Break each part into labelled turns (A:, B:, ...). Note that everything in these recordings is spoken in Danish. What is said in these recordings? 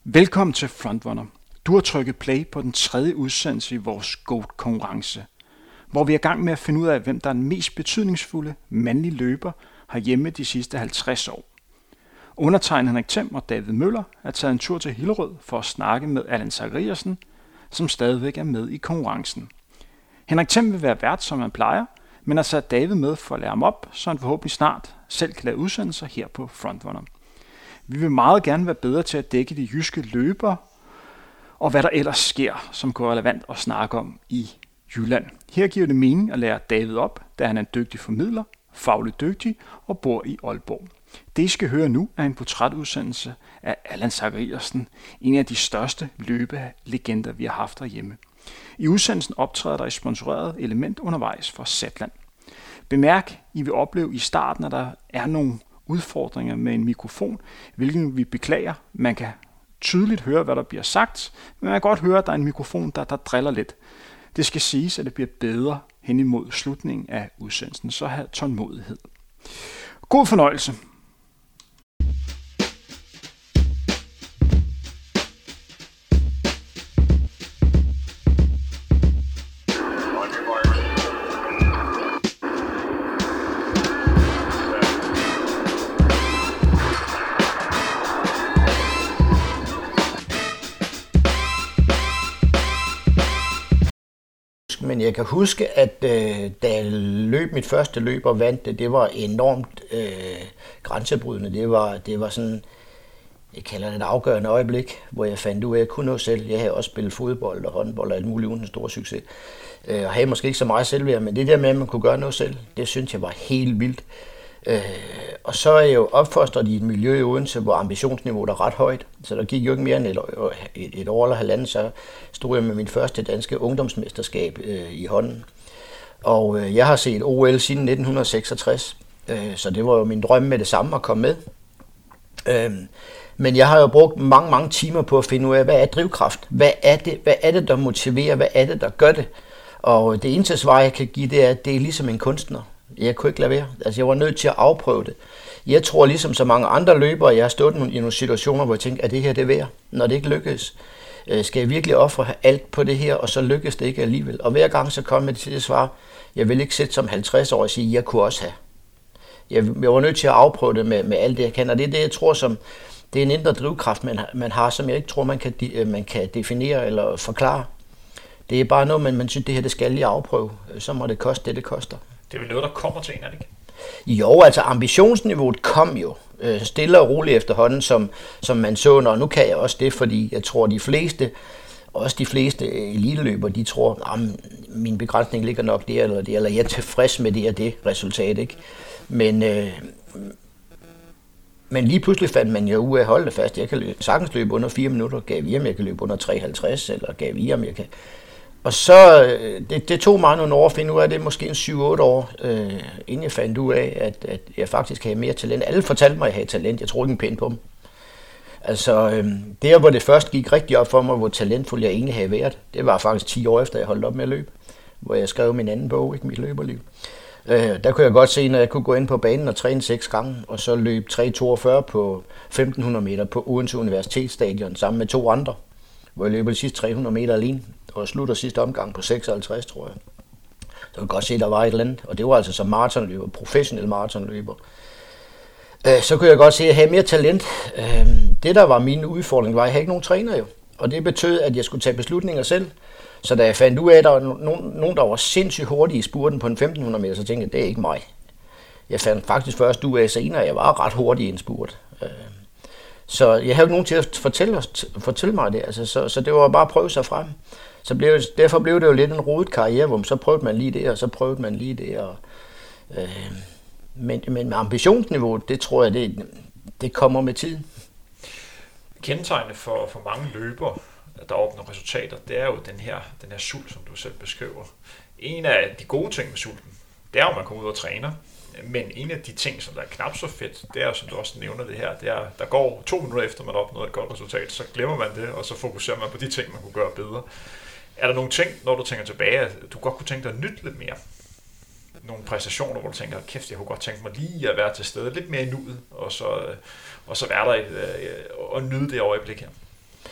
A: Velkommen til Frontrunner. Du har trykket play på den tredje udsendelse i vores GOAT-konkurrence, hvor vi er i gang med at finde ud af, hvem der er den mest betydningsfulde mandlige løber herhjemme de sidste 50 år. Undertegnet Henrik Thiem og David Møller er taget en tur til Hillerød for at snakke med Allan Zachariasen, som stadigvæk er med i konkurrencen. Henrik Thiem vil være vært, som han plejer, men har sat David med for at lære ham op, så han forhåbentlig snart selv kan lave udsendelser her på Frontrunner. Vi vil meget gerne være bedre til at dække de jyske løbere, og hvad der ellers sker, som går relevant at snakke om i Jylland. Her giver det mening at lære David op, da han er en dygtig formidler, fagligt dygtig og bor i Aalborg. Det I skal høre nu er en portrætudsendelse af Allan Zachariasen, en af de største løbelegender, vi har haft herhjemme. I udsendelsen optræder der et sponsoreret element undervejs for Zetland. Bemærk, I vil opleve i starten, at der er nogle udfordringer med en mikrofon, hvilken vi beklager. Man kan tydeligt høre, hvad der bliver sagt, men man kan godt høre, at der er en mikrofon, der driller lidt. Det skal siges, at det bliver bedre hen imod slutningen af udsendelsen, så have tålmodighed. God fornøjelse.
B: Men jeg kan huske, at da jeg løb mit første løb og vandt det var enormt grænsebrydende. Det var sådan, jeg kalder det et afgørende øjeblik, hvor jeg fandt ud af, at jeg kunne noget selv. Jeg havde også spillet fodbold og håndbold og alt muligt uden en stor succes. Og havde måske ikke så meget selvværd, men det der med, at man kunne gøre noget selv, det synes jeg var helt vildt. Og så er jeg jo opfostret i et miljø i Odense, hvor ambitionsniveauet er ret højt. Så der gik jo ikke mere end et år eller halvandet, så stod jeg med min første danske ungdomsmesterskab i hånden. Og jeg har set OL siden 1966, så det var jo min drøm med det samme at komme med. Men jeg har jo brugt mange timer på at finde ud af, hvad er drivkraft? Hvad er det, der motiverer? Hvad er det, der gør det? Og det eneste svar, jeg kan give, det er, at det er ligesom en kunstner. Jeg kunne ikke lade være. Altså, jeg var nødt til at afprøve det. Jeg tror, ligesom så mange andre løbere, jeg har stået i nogle situationer, hvor jeg tænkte, at det her det værd, når det ikke lykkes. Skal jeg virkelig ofre alt på det her, og så lykkes det ikke alligevel? Og hver gang så kom jeg til det svar, jeg vil ikke sidde som 50 år og sige, jeg kunne også have. Jeg var nødt til at afprøve det med alt det, jeg kan. Og det er det, jeg tror, det er en indre drivkraft, man har, som jeg ikke tror, man kan definere eller forklare. Det er bare noget, man synes, det her det skal jeg afprøve. Så må det koste det, det koster.
C: Det er vel noget, der kommer til en, er det ikke?
B: Jo, altså ambitionsniveauet kom jo stille og roligt efterhånden, som man så, og nu kan jeg også det, fordi jeg tror, de fleste eliteløbere, de tror, at min begrænsning ligger nok der eller det, eller jeg er tilfreds med det og det resultat, ikke? Men lige pludselig fandt man jo ud af at holde det fast. Jeg kan sagtens løbe under 4 minutter, gav vi, om jeg kan løbe under 3,50, eller gav vi, om jeg kan. Og så, det tog mig nogle år at finde ud af det, måske en 7-8 år, inden jeg fandt ud af, at jeg faktisk havde mere talent. Alle fortalte mig, at jeg havde talent. Jeg tror ikke en pind på dem. Altså, der hvor det først gik rigtig op for mig, hvor talentfuld jeg egentlig havde været, det var faktisk 10 år efter, jeg holdt op med at løbe. Hvor jeg skrev min anden bog, ikke mit løberliv. Der kunne jeg godt se, når jeg kunne gå ind på banen og træne 6 gange, og så løbe 3,42 på 1500 meter på Odense Universitetsstadion sammen med 2 andre, hvor jeg løber de sidste 300 meter alene, og slutter sidste omgang på 56, tror jeg. Så jeg kunne godt se, at der var et eller andet, og det var altså som maratonløber, professionel maratonløber. Så kunne jeg godt se, at jeg havde mere talent. Det, der var min udfordring, var, at jeg havde ikke nogen træner jo, og det betød, at jeg skulle tage beslutninger selv. Så da jeg fandt ud af, at der var nogen, der var sindssygt hurtige i spurten på en 1500 meter, så tænkte jeg, det er ikke mig. Jeg fandt faktisk først ud af senere, at jeg var ret hurtig i en spurt. Så jeg havde ikke nogen til at fortælle mig det, altså, så det var bare at prøve sig frem. Derfor blev det jo lidt en rodet karriere, hvor så prøvede man lige det, og så prøvede man lige det. Men med ambitionsniveauet, det tror jeg, det kommer med tiden.
C: Kendetegnende for mange løbere, der opnår resultater, det er jo den her sult, som du selv beskriver. En af de gode ting med sulten, det er jo, at man kommer ud og træner. Men en af de ting, som der er knap så fedt, det er, som du også nævner det her, det er, der går 2 minutter efter, man opnår et godt resultat, så glemmer man det, og så fokuserer man på de ting, man kunne gøre bedre. Er der nogle ting, når du tænker tilbage, at du godt kunne tænke dig at nytte lidt mere? Nogle præstationer, hvor du tænker, kæft, jeg kunne godt tænke mig lige at være til stede lidt mere i nuet, og så være der og nyde det øjeblik her?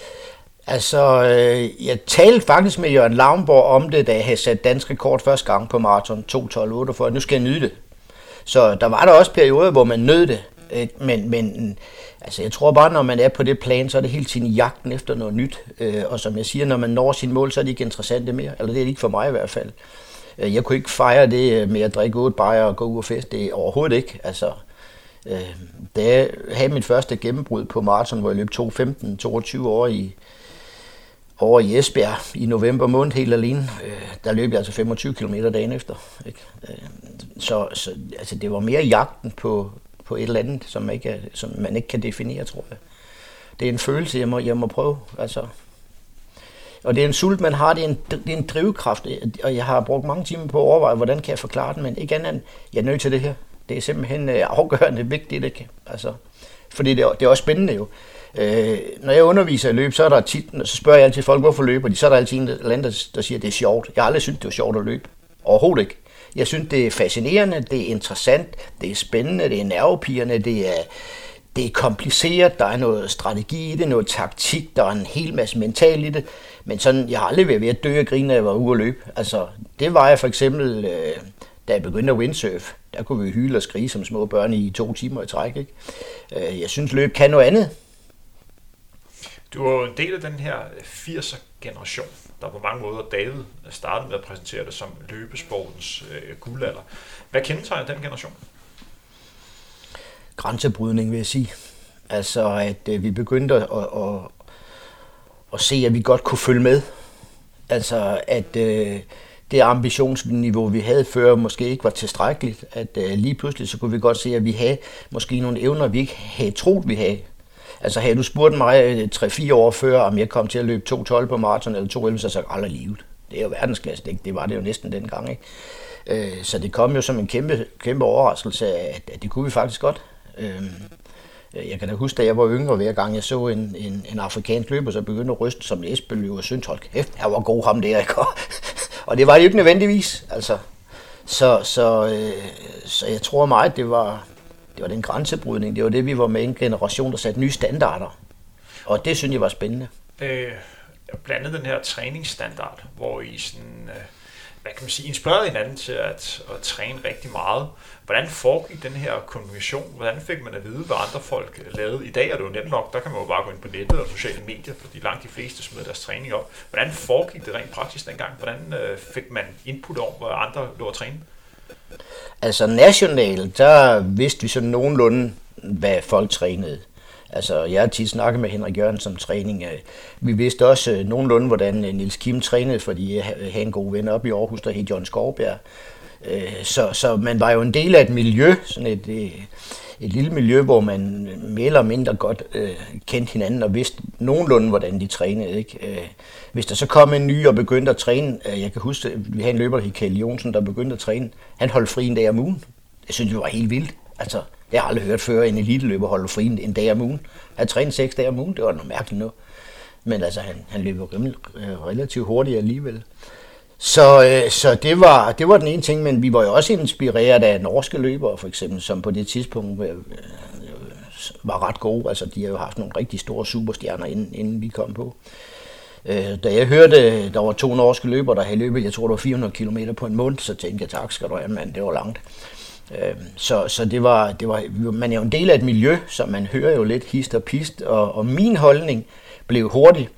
B: Altså, jeg talte faktisk med Jørgen Lavnborg om det, da jeg havde sat dansk rekord første gang på maraton 2:12:48, for nu skal jeg nyde det. Så der var der også perioder, hvor man nød det. Men altså, jeg tror bare, når man er på det plan, så er det hele tiden jagten efter noget nyt. Og som jeg siger, når man når sin mål, så er det ikke interessant mere. Eller det er det ikke for mig i hvert fald. Jeg kunne ikke fejre det med at drikke 8 bajer og gå ud og feste. Det er overhovedet ikke. Altså, da jeg havde mit første gennembrud på maraton, hvor jeg løb 2:15-22 over i Esbjerg i november måned helt alene, der løb jeg altså 25 km dagen efter. Ikke? Så altså, det var mere jagten på et eller andet, som man ikke kan definere, tror jeg. Det er en følelse, jeg må prøve. Altså. Og det er en sult, man har, det er en drivkraft, og jeg har brugt mange timer på at overveje, hvordan kan jeg forklare den, men ikke andet end, jeg er nødt til det her. Det er simpelthen afgørende vigtigt, ikke? Altså, fordi det er også spændende jo. Når jeg underviser i løb, så er der tit, så spørger jeg altid folk, hvorfor løber de? Så er der altid en eller anden, der siger, at det er sjovt. Jeg har aldrig syntes, det var sjovt at løbe. Overhovedet ikke. Jeg synes, det er fascinerende, det er interessant, det er spændende, det er nervepirrende, det er kompliceret, der er noget strategi i det, noget taktik, der er en hel masse mental i det. Men sådan, jeg har aldrig været ved at dø og grine, når jeg var ude at løbe. Altså, det var jeg for eksempel, da jeg begyndte at windsurf. Der kunne vi hyle og skrige som små børn i 2 timer i træk. Ikke? Jeg synes, løb kan noget andet.
C: Du er jo en del af den her 80'er-generation, der på mange måder David startede med at præsentere det som løbesportens guldalder. Hvad kendetegner den generation?
B: Grænsebrydning, vil jeg sige. Altså, at vi begyndte at se, at vi godt kunne følge med. Altså, at det ambitionsniveau, vi havde før, måske ikke var tilstrækkeligt. At lige pludselig, så kunne vi godt se, at vi havde måske nogle evner, vi ikke havde troet, vi havde. Altså, havde du spurgt mig 3-4 år før, om jeg kom til at løbe 2:12 på maraton eller 2:11, så havde jeg sagt, aldrig livet. Det er jo verdensklasse, det var det jo næsten dengang, ikke? Så det kom jo som en kæmpe overraskelse, at det kunne vi faktisk godt. Jeg kan da huske, da jeg var yngre, hver gang jeg så en afrikansk løber, så begyndte at ryste som en Esbøløb og syntes, hold kæft, jeg var god ham der, ikke? Og det var det jo ikke nødvendigvis, altså. Så jeg tror meget, det var den grænsebrydning, det var det, vi var med en generation, der satte nye standarder. Og det synes jeg var spændende.
C: Blandt andet den her træningsstandard, hvor I sådan, hvad kan man sige, inspirerede hinanden til at træne rigtig meget. Hvordan foregik den her kommunikation? Hvordan fik man at vide, hvad andre folk lavede? I dag er det jo nemt nok, der kan man jo bare gå ind på nettet og sociale medier, fordi langt de fleste smed deres træning op. Hvordan foregik det rent praktisk dengang? Hvordan fik man input om, hvad andre lå at træne?
B: Altså nationalt, der vidste vi sådan nogenlunde, hvad folk trænede. Altså, jeg har tit snakket med Henrik Jørgensen om træning. Vi vidste også nogenlunde, hvordan Niels Kim trænede, fordi jeg havde en god ven op i Aarhus, der hed John Skovbjerg. Så man var jo en del af et miljø, sådan et lille miljø, hvor man mere eller mindre godt kendte hinanden og vidste nogenlunde, hvordan de trænede. Ikke? Hvis der så kom en ny og begyndte at træne, jeg kan huske, vi havde en løber, der hed Kjell Jonsen, der begyndte at træne. Han holdt fri en dag om ugen. Jeg synes, det var helt vildt. Altså, jeg har aldrig hørt før, en eliteløber holdt fri en dag om ugen. Han trænede 6 dage om ugen, det var noget mærkeligt noget. Men altså, han løber relativt hurtigt alligevel. Så det var den ene ting, men vi var jo også inspireret af norske løbere, for eksempel, som på det tidspunkt var ret gode. Altså, de har jo haft nogle rigtig store superstjerner, inden vi kom på. Da jeg hørte, der var 2 norske løbere, der havde løbet, jeg tror, det var 400 km på en måned, så tænkte jeg, tak skal du have, mand, det var langt. Så det var, man er jo en del af et miljø, så man hører jo lidt hist og pist, og min holdning blev hurtig.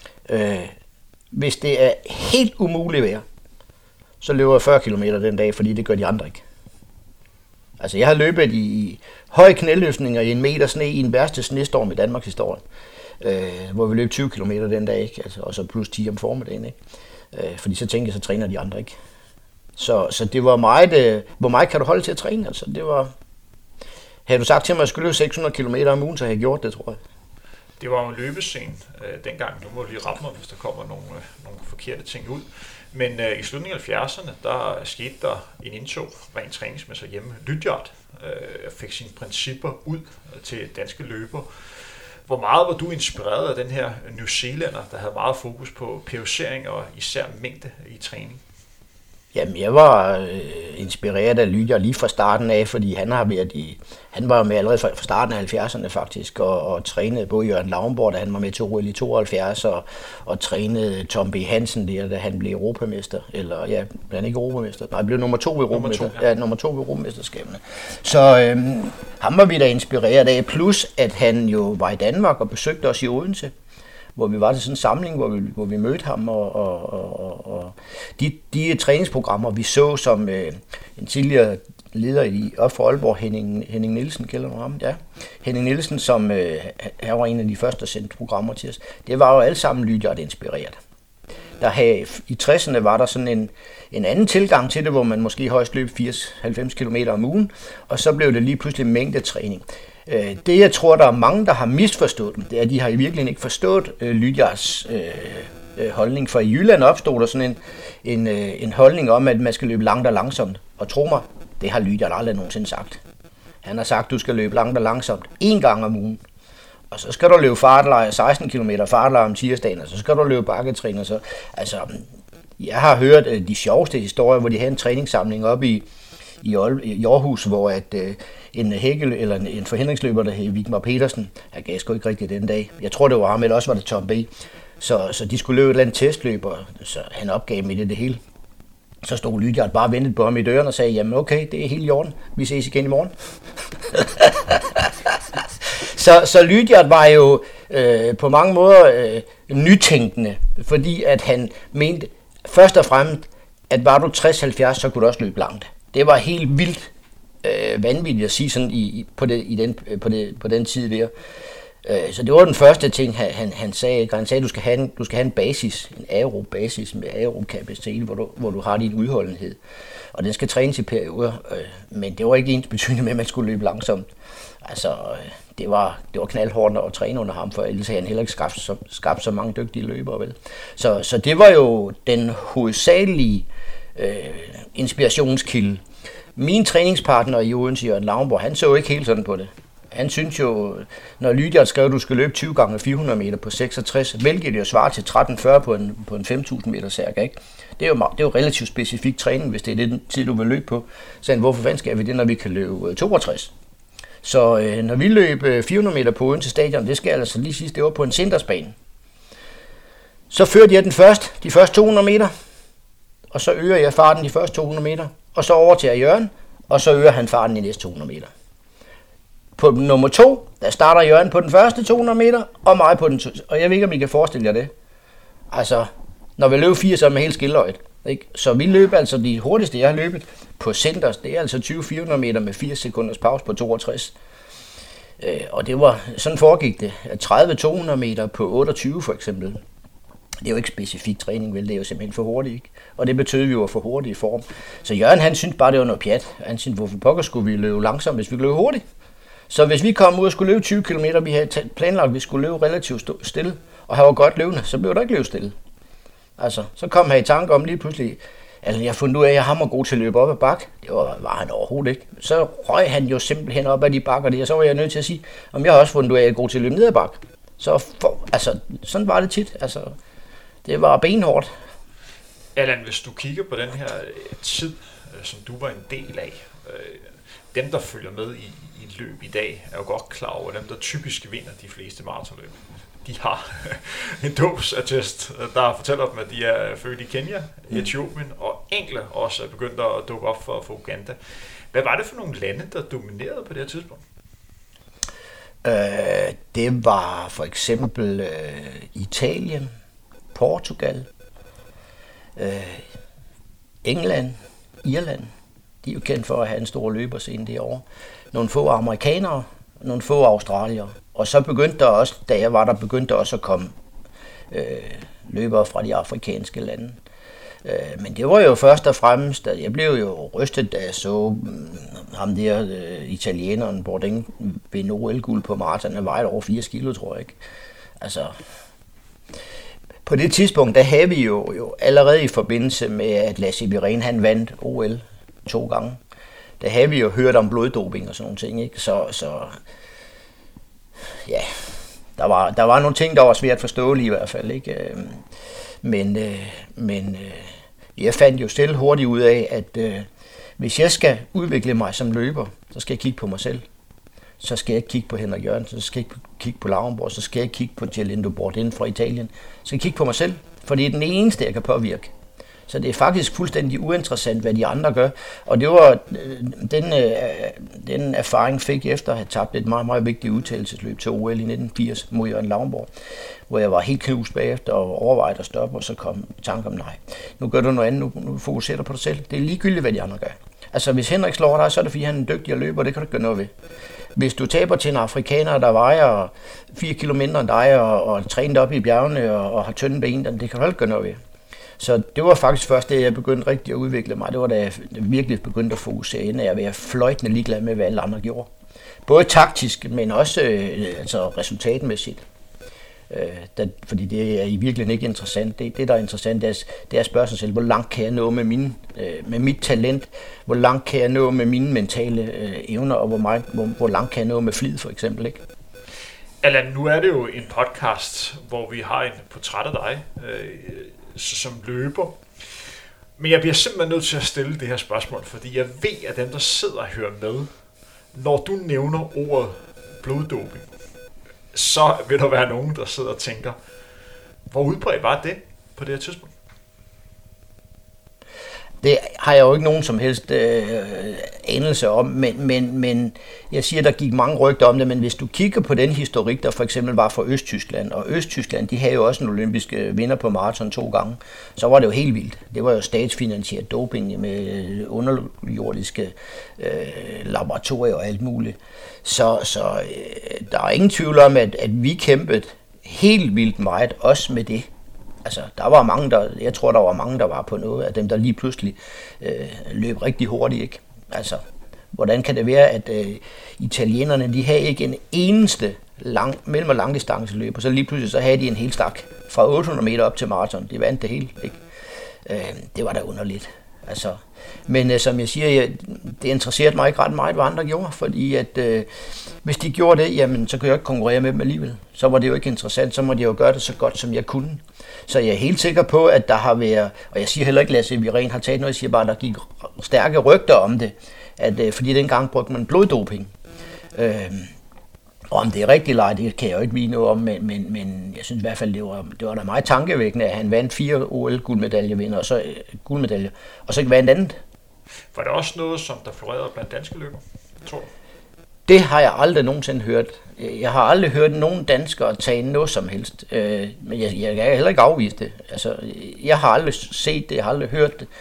B: Hvis det er helt umuligt vejr, så løber jeg 40 km den dag, fordi det gør de andre ikke. Altså, jeg har løbet i høje knæløftninger i 1 meter sne i en værste snestorm i Danmarks historie, hvor vi løb 20 km den dag, ikke? Altså, og så plus 10 om formiddagen, ikke? Fordi så tænker jeg, så træner de andre ikke. Så det var meget, hvor meget kan du holde til at træne? Altså, det var, havde du sagt til mig, at jeg skulle løbe 600 km om ugen, så havde jeg gjort det, tror jeg.
C: Det var jo en løbescene dengang. Nu må du lige ramme mig, hvis der kommer nogle forkerte ting ud. Men i slutningen af 70'erne, der skete der en indtog rent træningsmæssigt hjemme. Lydiard fik sine principper ud til danske løber. Hvor meget var du inspireret af den her New Zealander, der havde meget fokus på periodisering og især mængde i træning?
B: Jamen, jeg var inspireret af Lydia lige fra starten af, fordi han var med allerede fra starten af 70'erne faktisk, og trænede både Jørgen Lauenborg, da han var med til OL i 72, og trænede Tom B. Hansen der, da han blev europamester, eller ja, blev han ikke europamester? Nej, han blev nummer 2 ved europamesterskaberne. Så ham var vi da inspireret af, plus at han jo var i Danmark og besøgte os i Odense, hvor vi var til sådan en samling, hvor vi mødte ham, og de træningsprogrammer, vi så som en tidligere leder op for Aalborg, Henning Nielsen, kender du ham? Ja. Henning Nielsen, som her var en af de første, der sendte programmer til os, det var jo alle sammen Lydia inspireret. I 60'erne var der sådan en anden tilgang til det, hvor man måske højst løb 80-90 km om ugen, og så blev det lige pludselig mængdetræning. Det, jeg tror, der er mange, der har misforstået dem, det er, at de har i virkeligheden ikke forstået Lydias holdning. For i Jylland opstod der sådan en holdning om, at man skal løbe langt og langsomt. Og tro mig, det har Lydia aldrig nogensinde sagt. Han har sagt, at du skal løbe langt og langsomt 1 gang om ugen. Og så skal du løbe fartlejr, 16 km fartlejr om tirsdagen, og så skal du løbe bakketræning. Og så. Altså, jeg har hørt de sjoveste historier, hvor de havde en træningssamling op i Aarhus, hvor en forhindringsløber, der hed Vigmar Petersen, han gav sgu ikke rigtigt den dag. Jeg tror, det var ham, eller også var det Tom B. Så de skulle løbe et eller andet testløb, og så han opgav midt i det hele. Så stod Lydia bare og ventede på ham i døren og sagde, jamen okay, det er helt i orden, vi ses igen i morgen. Så Lydia var jo på mange måder nytænkende, fordi at han mente først og fremmest, at var du 60-70, så kunne du også løbe langt. Det var helt vildt vanvittigt at sige sådan på den tid der. Så det var den første ting, han sagde. Han sagde, at du skal have en basis, en aerob basis med aerob kapacitet, hvor du har din udholdenhed. Og den skal trænes i perioder, men det var ikke ens betydende med, at man skulle løbe langsomt. Altså, det var knaldhårdt at træne under ham, for ellers havde han heller ikke skabt så mange dygtige løbere, vel. Så det var jo den hovedsagelige inspirationskilde. Min træningspartner i Odense, Jørgen Lauenborg, han så jo ikke helt sådan på det. Han synes jo, når Lydia skrev, at du skal løbe 20 gange 400 meter på 66, hvilket det jo svarer til 1340 på en 5.000 meter særk, ikke? Det er jo relativt specifik træning, hvis det er den tid, du vil løbe på. Så hvorfor fanden skal vi det, når vi kan løbe 62? Så når vi løb 400 meter på Odense Stadion, det skal altså lige sidst, det var på en centersbane. Så førte jeg de første 200 meter, og så øger jeg farten de første 200 meter, og så overtager Jørgen, og så øger han farten de næste 200 meter. På nummer 2, der starter Jørgen på den første 200 meter, og mig på den og jeg ved ikke, om I kan forestille jer det. Altså, når vi løber 4, så er man helt skilløjet. Ikke? Så vi løber altså de hurtigste, jeg har løbet på centers, det er altså 20-400 meter med 80 sekunders pause på 62. Og det var, sådan foregik det. 30-200 meter på 28 for eksempel. Det er jo ikke specifik træning, vel? Det er jo simpelthen for hurtigt, ikke? Og det betød, at vi var for hurtige i form. Så Jørgen, han syntes bare, det var noget pjat. Han syntes, hvorfor pokker skulle vi løbe langsomt, hvis vi løb hurtigt? Så hvis vi kom ud og skulle løbe 20 km, vi havde planlagt, at vi skulle løbe relativt stille, og han var godt løbende, så blev der ikke løbet stille. Altså, så kom han i tanke om lige pludselig, altså jeg har fundet ud af, at jeg var god til at løbe op ad bakke. Det var han overhovedet ikke. Så røg han jo simpelthen op ad de bakker der, og så var jeg nødt til at sige, om jeg har også fundet ud af, at jeg er god til at løbe ned ad bakke. Så sådan var det tit. Altså, det var benhårdt.
C: Allan, hvis du kigger på den her tid, som du var en del af, dem der følger med i et løb i dag, er jo godt klar over, at dem der typisk vinder de fleste maratonløb, de har en dåbsattest, der fortæller dem, at de er født i Kenya, Etiopien, og enkelte også er begyndt at dukke op for Uganda. Hvad var det for nogle lande, der dominerede på det her tidspunkt?
B: Det var for eksempel Italien, Portugal, England, Irland. De er jo kendt for at have en stor løberscene derovre. Nogle få amerikanere, nogle få australiere. Og så begyndte der også, da jeg var der, begyndte der også at komme løbere fra de afrikanske lande. Men det var jo først og fremmest, at jeg blev jo rystet, da jeg så ham der italieneren, Bourdin, ved OL-guld på maraton. Han vejede over 80 kilo, tror jeg ikke. Altså, på det tidspunkt, der havde vi jo allerede i forbindelse med, at Lasse Viren, han vandt OL 2 gange. Der havde vi jo hørt om bloddoping og sådan nogle ting, ikke? Så ja, der var nogle ting, der var svært forståelige i hvert fald, ikke? Men Jeg fandt jo selv hurtigt ud af, at hvis jeg skal udvikle mig som løber, så skal jeg kigge på mig selv. Så skal jeg ikke kigge på Henrik Jørgensen, så skal jeg ikke kigge på Lauenborg, så skal jeg kigge på Gelindo Bordin fra Italien. Så skal jeg kigge på mig selv, for det er den eneste, jeg kan påvirke. Så det er faktisk fuldstændig uinteressant, hvad de andre gør. Og det var den erfaring, fik jeg efter at have tabt et meget, meget vigtigt udtagelsesløb til OL i 1980 mod Jørgen Lauenborg, hvor jeg var helt knust bagefter og overvejede at stoppe, og så kom tanken om, nej, nu gør du noget andet, nu fokuserer du på dig selv. Det er ligegyldigt, hvad de andre gør. Altså, hvis Henrik slår dig, så er det, fordi han er en dygtig løber, det kan du ikke gøre noget ved. Hvis du taber til en afrikaner, der vejer 4 kilo mindre end dig, og er trænet op i bjergene og har tynde ben, det kan du ikke gøre noget ved. Så det var faktisk først, da jeg begyndte rigtig at udvikle mig. Det var da jeg virkelig begyndte at fokusere ind, at jeg var fløjtende ligeglad med, hvad alle andre gjorde. Både taktisk, men også resultatmæssigt. Fordi det er i virkeligheden ikke interessant. Det der er interessant, det er at spørge sig selv, hvor langt kan jeg nå med mit talent, hvor langt kan jeg nå med mine mentale evner, og hvor langt kan jeg nå med flid for eksempel, ikke?
C: Allan, nu er det jo en podcast, hvor vi har en portræt af dig som løber. Men jeg bliver simpelthen nødt til at stille det her spørgsmål, fordi jeg ved, at dem, der sidder og hører med, når du nævner ordet bloddoping, så vil der være nogen, der sidder og tænker, hvor udbredt var det på det her tidspunkt?
B: Det har jeg jo ikke nogen som helst anelse om, men jeg siger, der gik mange rygter om det, men hvis du kigger på den historik, der for eksempel var fra Østtyskland, og Østtyskland, de havde jo også en olympisk vinder på maraton 2 gange, så var det jo helt vildt. Det var jo statsfinansieret doping med underjordiske laboratorier og alt muligt. Så der er ingen tvivl om, at vi kæmpede helt vildt meget, også med det. Altså, jeg tror, der var mange, der var på noget af dem, der lige pludselig løb rigtig hurtigt, ikke? Altså, hvordan kan det være, at italienerne, de havde ikke en eneste mellem- og langdistanceløb, og så lige pludselig så havde de en hel stak fra 800 meter op til maraton. De vandt det hele, ikke? Det var da underligt. Altså, men som jeg siger, det interesserede mig ikke ret meget, hvad andre gjorde, fordi at hvis de gjorde det, jamen, så kunne jeg ikke konkurrere med dem alligevel. Så var det jo ikke interessant, så måtte jeg jo gøre det så godt, som jeg kunne. Så jeg er helt sikker på, at der har været, og jeg siger heller ikke, Lasse Viren har taget noget, jeg siger bare, at der gik stærke rygter om det, at fordi dengang brugte man bloddoping. Og om det er rigtigt eller ej, det kan jeg jo ikke vide noget om, men jeg synes i hvert fald, det var da meget tankevækkende, at han vandt 4 OL-guldmedaljevinder, og så guldmedaljer, og så ikke vandt andet.
C: Var det også noget, som der florerede blandt danske løber, tror du?
B: Det har jeg aldrig nogensinde hørt. Jeg har aldrig hørt nogen danskere tage noget som helst. Men jeg kan heller ikke afvise det. Altså, jeg har aldrig set det, jeg har aldrig hørt det.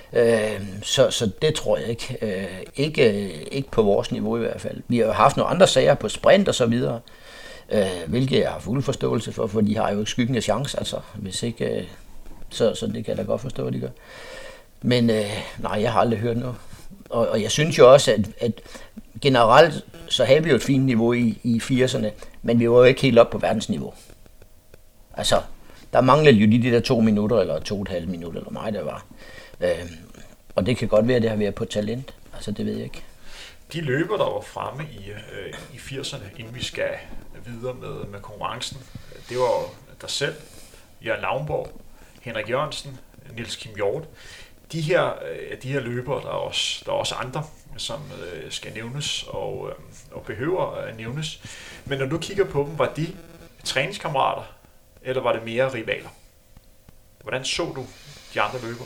B: Så det tror jeg ikke. Ikke på vores niveau i hvert fald. Vi har jo haft nogle andre sager på sprint og så videre, hvilket jeg har fuld forståelse for de har jo ikke skyggen af chance. Altså, hvis ikke, så det kan jeg da godt forstå, at de gør. Men nej, jeg har aldrig hørt noget. Og jeg synes jo også, at generelt så havde vi jo et fint niveau i 80'erne, men vi var jo ikke helt op på verdensniveau. Altså, der manglede jo de der 2 minutter, eller 2,5 minutter, eller meget der var. Og det kan godt være, at det har været på talent. Altså, det ved jeg ikke.
C: De løber, der var fremme i 80'erne, inden vi skal videre med konkurrencen, det var dig selv, Jørgen Lauenborg, Henrik Jørgensen, Niels Kim Hjort. De her løbere, der er også andre, som skal nævnes og behøver at nævnes. Men når du kigger på dem, var de træningskammerater, eller var det mere rivaler? Hvordan så du de andre løbere?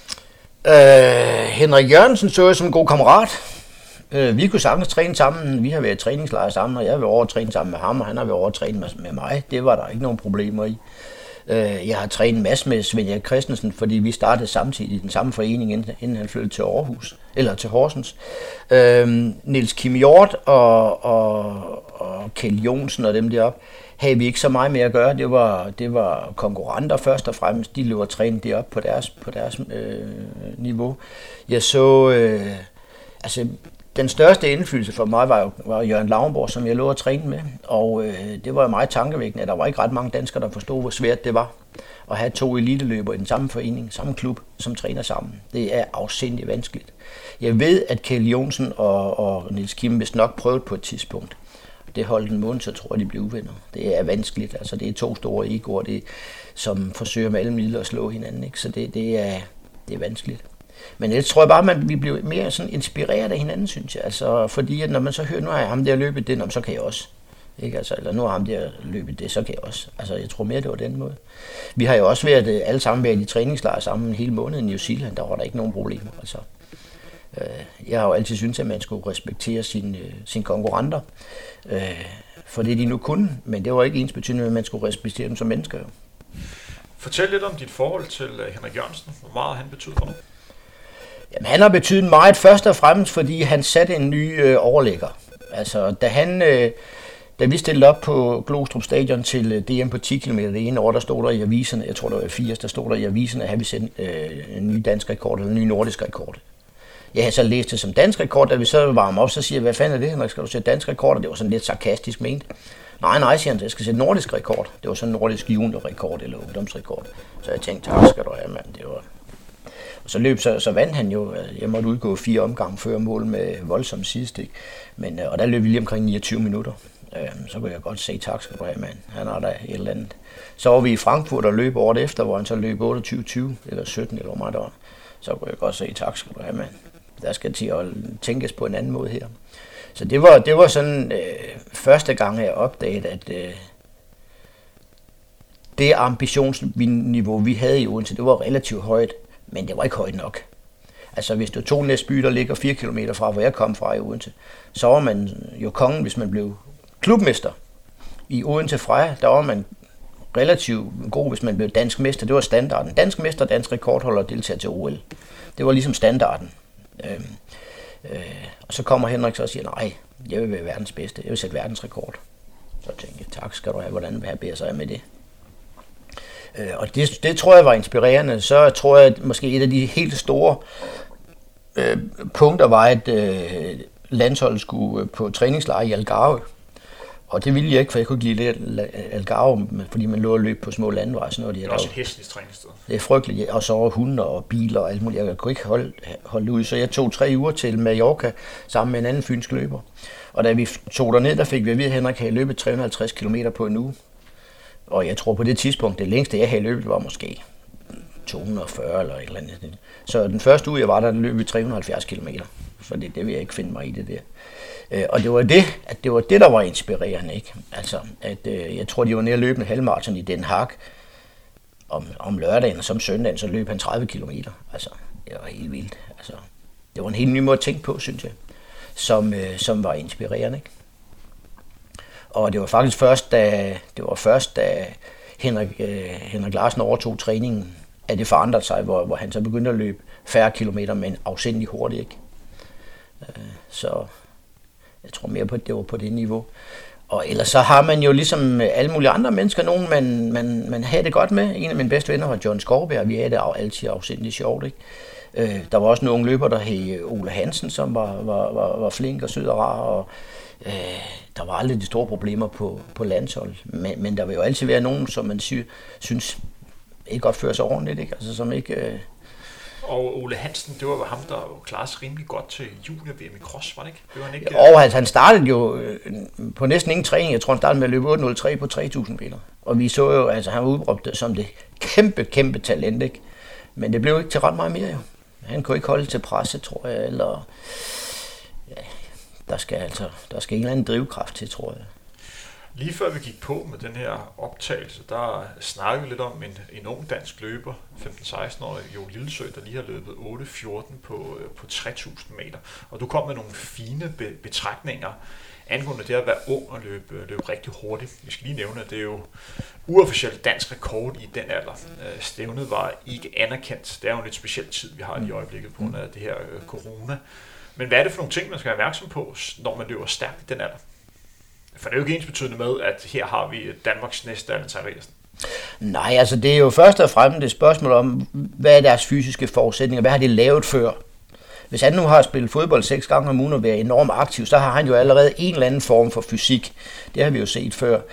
B: Henrik Jørgensen så jeg som en god kammerat. Vi kunne sagtens træne sammen. Vi har været træningslejre sammen, og jeg har været over at træne sammen med ham, og han har været over at træne med mig. Det var der ikke nogen problemer i. Jeg har trænet en masse med Svend Erik Christensen, fordi vi startede samtidig i den samme forening, inden han flyttede til Aarhus, eller til Horsens. Niels Kim Hjort og Kjeld Jonsen og dem deroppe, havde vi ikke så meget med at gøre. Det var konkurrenter først og fremmest. De løber trænet det op på deres niveau. Jeg så, altså den største indflydelse for mig var Jørgen Lauenborg, som jeg lå at træne med. Og det var meget tankevækkende, at der var ikke ret mange danskere, der forstod, hvor svært det var at have 2 eliteløbere i den samme forening, samme klub, som træner sammen. Det er afsindigt vanskeligt. Jeg ved, at Kjeld Jonsen og Niels Kim vist nok prøvede på et tidspunkt. Det holdt en måned, så tror jeg, de blev uvenner. Det er vanskeligt. Altså, det er 2 store egoer, som forsøger med alle midler at slå hinanden. Ikke? Så det det er vanskeligt. Men jeg tror bare, at vi bliver mere sådan inspireret af hinanden, synes jeg. Altså, fordi at når man så hører, nu har jeg ham der løbet det, så kan jeg også. Ikke? Altså, eller nu har ham der løbet det, så kan jeg også. Altså, jeg tror mere, det var den måde. Vi har jo også været alle sammen været i træningslejre sammen hele måneden i New Zealand. Der var der ikke nogen problemer. Altså, jeg har jo altid syntes, at man skulle respektere sine konkurrenter. For det de nu kunne, men det var ikke ens betydning, at man skulle respektere dem som mennesker. Jo.
C: Fortæl lidt om dit forhold til Henrik Jørgensen. Hvor meget han betyder for dig?
B: Jamen, han har betydet meget, først og fremmest, fordi han satte en ny overlægger. Altså, da vi stillede op på Glostrup Stadion til DM på 10 km det ene år, der stod der i aviserne, jeg tror der var 80, der stod der i aviserne, at vi sendte en ny dansk rekord, eller en ny nordisk rekord. Jeg havde så læst det som dansk rekord, da vi så varmer op, så siger jeg, hvad fanden er det, Henrik, skal du sætte dansk rekord? Og det var sådan lidt sarkastisk ment. Nej, siger han, jeg skal sætte nordisk rekord. Det var sådan en nordisk juniorrekord eller ungdomsrekord. Så jeg tænkte, tak skal du have, mand. Det var... Og så vandt han jo. Jeg måtte udgå 4 omgange før mål med voldsom sidestik. Og der løb vi lige omkring 29 minutter. Så kunne jeg godt sige, tak skal du have, mand. Han har da et eller andet. Så var vi i Frankfurt og løb året efter, hvor han så løb 28-20 eller 17 eller hvor meget der var. Så kunne jeg godt sige, tak skal du have, mand. Der skal til at tænkes på en anden måde her. Så det var sådan første gang, jeg opdagede, at det ambitionsniveau, vi havde i Odense, det var relativt højt, men det var ikke højt nok. Altså hvis du tog Næsby, der ligger 4 km fra, hvor jeg kom fra i Odense, så var man jo kongen, hvis man blev klubmester. I Odense Freja, der var man relativt god, hvis man blev dansk mester. Det var standarden. Dansk mester, dansk rekordholder deltager til OL. Det var ligesom standarden. Og så kommer Henrik så og siger, nej, jeg vil være verdens bedste. Jeg vil sætte verdensrekord. Så tænkte jeg, tak skal du have, hvordan bærer sig med det? Og det tror jeg var inspirerende. Så tror jeg, at måske et af de helt store punkter var, at landsholdet skulle på træningslejr i Algarve. Og det ville jeg ikke, for jeg kunne ikke lide Algarve, fordi man lå og løb på små landeveje.
C: Det er også et hæsligt træningssted.
B: Det er frygteligt. Og så hunde og biler og alt muligt. Jeg kunne ikke holde ud, så jeg tog 3 uger til Mallorca sammen med en anden fynsk løber. Og da vi tog derned, der fik vi at vide, at Henrik havde løbet 350 km på en uge. Og jeg tror på det tidspunkt, det længste jeg havde løbet var måske 240 eller et eller andet. Så den første uge jeg var der løb vi 370 km. For det vil jeg ikke finde mig i det der. Og det var det, der var inspirerende, ikke? Altså, at jeg tror, de var nede at løbe en halvmarathon i Den Haag om lørdagen, og som søndagen, så løb han 30 km. Altså, det var helt vildt. Altså, det var en helt ny måde at tænke på, synes jeg, som var inspirerende, ikke? Og det var faktisk først, da Henrik Larsen overtog træningen, at det forandrede sig, hvor han så begyndte at løbe færre kilometer, men afsindig hurtigt, ikke? Så jeg tror mere på, at det var på det niveau. Og ellers så har man jo ligesom alle mulige andre mennesker, nogen man havde det godt med. En af mine bedste venner var John Skovberg, vi havde det altid afsindig sjovt, ikke? Der var også nogle løber, der hed Ole Hansen, som var flink og sød og rar, og der var aldrig de store problemer på landshold. Men der vil jo altid være nogen, som man synes ikke opfører sig ordentligt, ikke? Altså som ikke...
C: Og Ole Hansen, det var ham, der klarede sig rimelig godt til junior-VM i cross, var det ikke? Det var han ikke?
B: Og han startede jo på næsten ingen træning. Jeg tror, han startede med at løbe 8.03 på 3.000 meter. Og vi så jo, altså han var udråbt som det kæmpe talent, ikke? Men det blev ikke til ret meget mere, jo. Han kunne ikke holde til presse, tror jeg, eller... Ja, der skal en eller anden drivkraft til, tror jeg.
C: Lige før vi gik på med den her optagelse, der snakkede vi lidt om en ung dansk løber, 15-16-årig Jo Lillesø, der lige har løbet 8.14 på 3.000 meter. Og du kom med nogle fine betragtninger angående det at være ung og løbe rigtig hurtigt. Vi skal lige nævne, at det er jo uofficielt dansk rekord i den alder. Stævnet var ikke anerkendt. Det er jo en lidt speciel tid, vi har i øjeblikket på grund af det her corona. Men hvad er det for nogle ting, man skal være opmærksom på, når man løber stærkt i den alder? For det er jo ikke ensbetydende med, at her har vi Danmarks næste Allan Theil-Reiersen. Nej,
B: altså det er jo først og fremmest et spørgsmål om, hvad er deres fysiske forudsætninger, hvad har de lavet før? Hvis han nu har spillet fodbold 6 gange om ugen og været enormt aktiv, så har han jo allerede en eller anden form for fysik. Det har vi jo set før.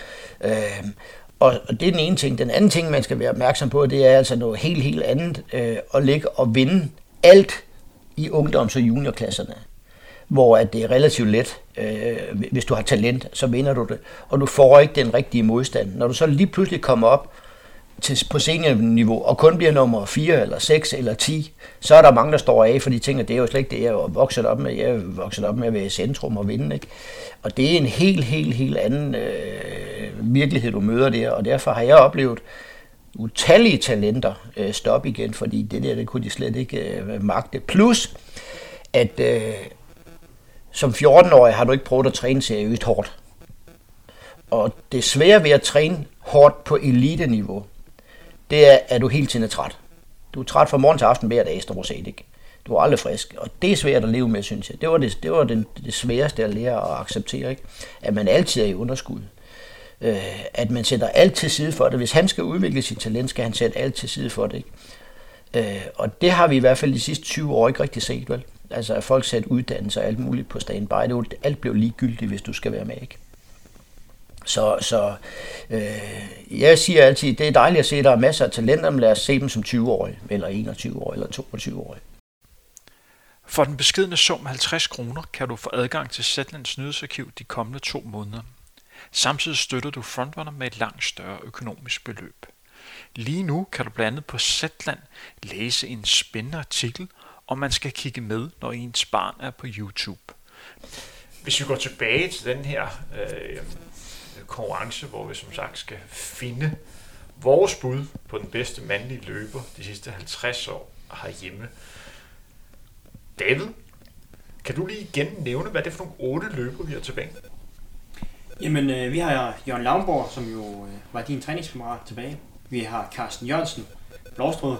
B: Og det er den ene ting. Den anden ting, man skal være opmærksom på, det er altså noget helt andet at ligge og vinde alt i ungdoms- og juniorklasserne, hvor at det er relativt let. Hvis du har talent, så vinder du det, og du får ikke den rigtige modstand. Når du så lige pludselig kommer op på seniorniveau, og kun bliver nummer 4 eller 6 eller 10, så er der mange, der står af, for de tænker, det er jo slet ikke det, jeg er vokset op med. Jeg er vokset op med at være i centrum og vinde, ikke? Og det er en helt anden virkelighed, du møder der, og derfor har jeg oplevet utallige talenter stoppe igen, fordi det kunne de slet ikke magte. Plus, at som 14-årig har du ikke prøvet at træne seriøst hårdt. Og det svære ved at træne hårdt på elite-niveau, det er, at du hele tiden er træt. Du er træt fra morgen til aften hver dag, stort set, ikke? Du er aldrig frisk, og det er svært at leve med, synes jeg. Det var det sværeste at lære at acceptere, ikke? At man altid er i underskud. At man sætter alt til side for det. Hvis han skal udvikle sit talent, skal han sætte alt til side for det, ikke? Og det har vi i hvert fald de sidste 20 år ikke rigtig set, vel? Altså at folk sætter uddannelse og alt muligt på standby. Alt blev ligegyldigt, hvis du skal være med, ikke? Så jeg siger altid, det er dejligt at se, at der er masser af talenter, men lad os se dem som 20-årige, eller 21-årige, eller 22-årige.
A: For den beskedne sum 50 kroner kan du få adgang til Zetlands nyhedsarkiv de kommende 2 måneder. Samtidig støtter du Frontrunner med et langt større økonomisk beløb. Lige nu kan du blandt andet på Zetland læse en spændende artikel, og man skal kigge med, når ens barn er på YouTube.
C: Hvis vi går tilbage til den her konkurrence, hvor vi som sagt skal finde vores bud på den bedste mandlige løber de sidste 50 år herhjemme. David, kan du lige igen nævne, hvad det er for nogle 8 løber, vi har tilbage?
D: Jamen, vi har Jørgen Lavnborg, som jo var din træningskammerat tilbage. Vi har Carsten Jørgensen, Blåstrød,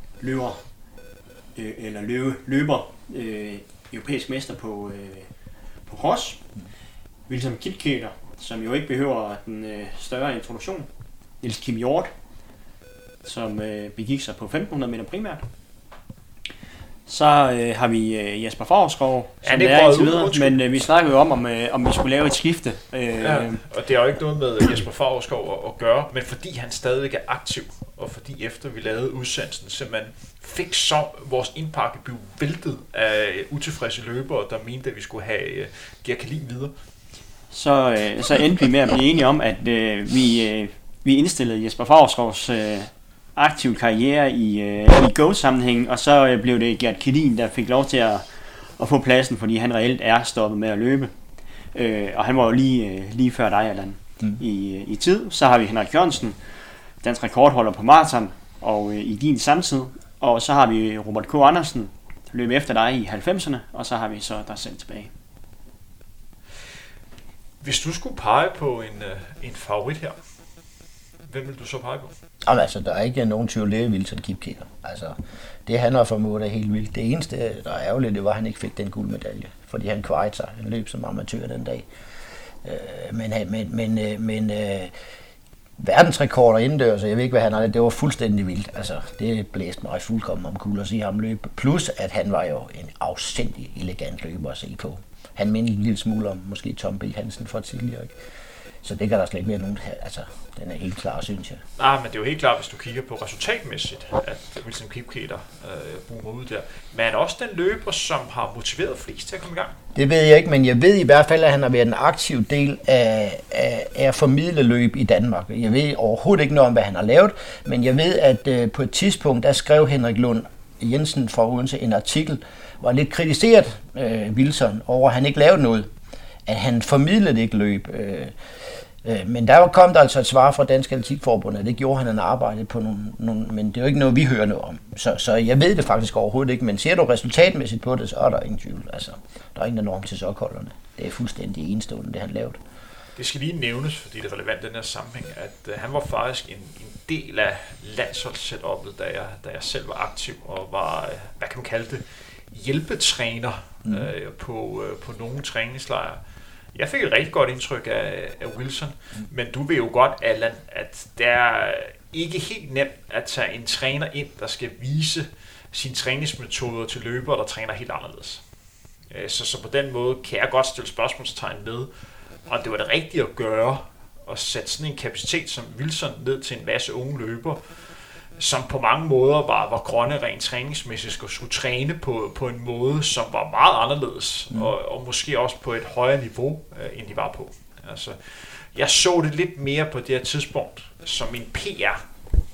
D: løber, europæisk mester på cross. Wilson Kipketer, som jo ikke behøver den større introduktion. Niels Kim Hjort, som begik sig på 1500 meter primært. Så har vi Jesper Favrskov, som det er indtil videre, men vi snakker jo om vi skulle lave et skifte.
C: Og det er jo ikke noget med Jesper Favrskov at gøre, men fordi han stadigvæk er aktiv, og fordi efter vi lavede udsendelsen, simpelthen fik så vores indpakke blev væltet af utilfredse løbere, der mente, at vi skulle have Gert Kalin videre.
D: Så endte vi med at blive enige om, at vi indstillede Jesper Favrskovs aktiv karriere i GOAT-sammenhæng, og så blev det Gert Kalin, der fik lov til at få pladsen, fordi han reelt er stoppet med at løbe. Og han var jo lige før dig, Allan, i tid. Så har vi Henrik Jørgensen, dansk rekordholder på maraton, og i din samtid. Og så har vi Robert K. Andersen, der løb efter dig i 90'erne, og så har vi så dig selv tilbage.
C: Hvis du skulle pege på en favorit her, hvem vil du så pege på?
B: Jamen, altså, der er ikke nogen tvivl, det er Wilson Kipketer. Altså, det han har formået er helt vildt. Det eneste, der er ærgerligt, det var, at han ikke fik den guldmedalje, fordi han kvejede sig. Han løb som amatør den dag. Men verdensrekorder indendørs, så jeg ved ikke, hvad han har. Det var fuldstændig vildt. Altså, det blæste mig fuldkommen omkuld at se ham løbe. Plus, at han var jo en afsindig elegant løber at se på. Han mindede en lille smule om måske Tom B. Hansen fra tidligere, ikke? Så det kan der slet ikke være nogen, altså den er helt klar, synes jeg.
C: Nej, men det er jo helt klart, hvis du kigger på resultatmæssigt, at Wilson Kipketer boomer ud der. Men er også den løber, som har motiveret flest til at komme i gang?
B: Det ved jeg ikke, men jeg ved i hvert fald, at han har været en aktiv del af at formidle løb i Danmark. Jeg ved overhovedet ikke noget om, hvad han har lavet, men jeg ved, at på et tidspunkt, der skrev Henrik Lund Jensen fra Odense en artikel, var lidt kritiseret Wilson over, at han ikke lavede noget. At han formidlede ikke løb. Men der kom der altså et svar fra Dansk Atletikforbund, at det gjorde han arbejdet på nogle, men det er jo ikke noget, vi hører noget om. Så jeg ved det faktisk overhovedet ikke, men ser du resultatmæssigt på det, så er der ingen tvivl. Altså, der er ingen enorm til sokholderne. Det er fuldstændig enestående, det han lavede.
C: Det skal lige nævnes, fordi det er relevant i den her sammenhæng, at han var faktisk en del af landsholdssetup'et, da jeg selv var aktiv og var, hvad kan man kalde det, hjælpetræner på nogle træningslejre. Jeg fik et rigtig godt indtryk af Wilson, men du ved jo godt, Allan, at det er ikke helt nemt at tage en træner ind, der skal vise sine træningsmetoder til løbere, der træner helt anderledes. Så på den måde kan jeg godt stille spørgsmålstegn med, om det var det rigtige at gøre, at sætte sådan en kapacitet som Wilson ned til en masse unge løbere, som på mange måder var grønne rent træningsmæssigt, skulle træne på en måde, som var meget anderledes, og måske også på et højere niveau, end de var på. Altså, jeg så det lidt mere på det her tidspunkt som en PR,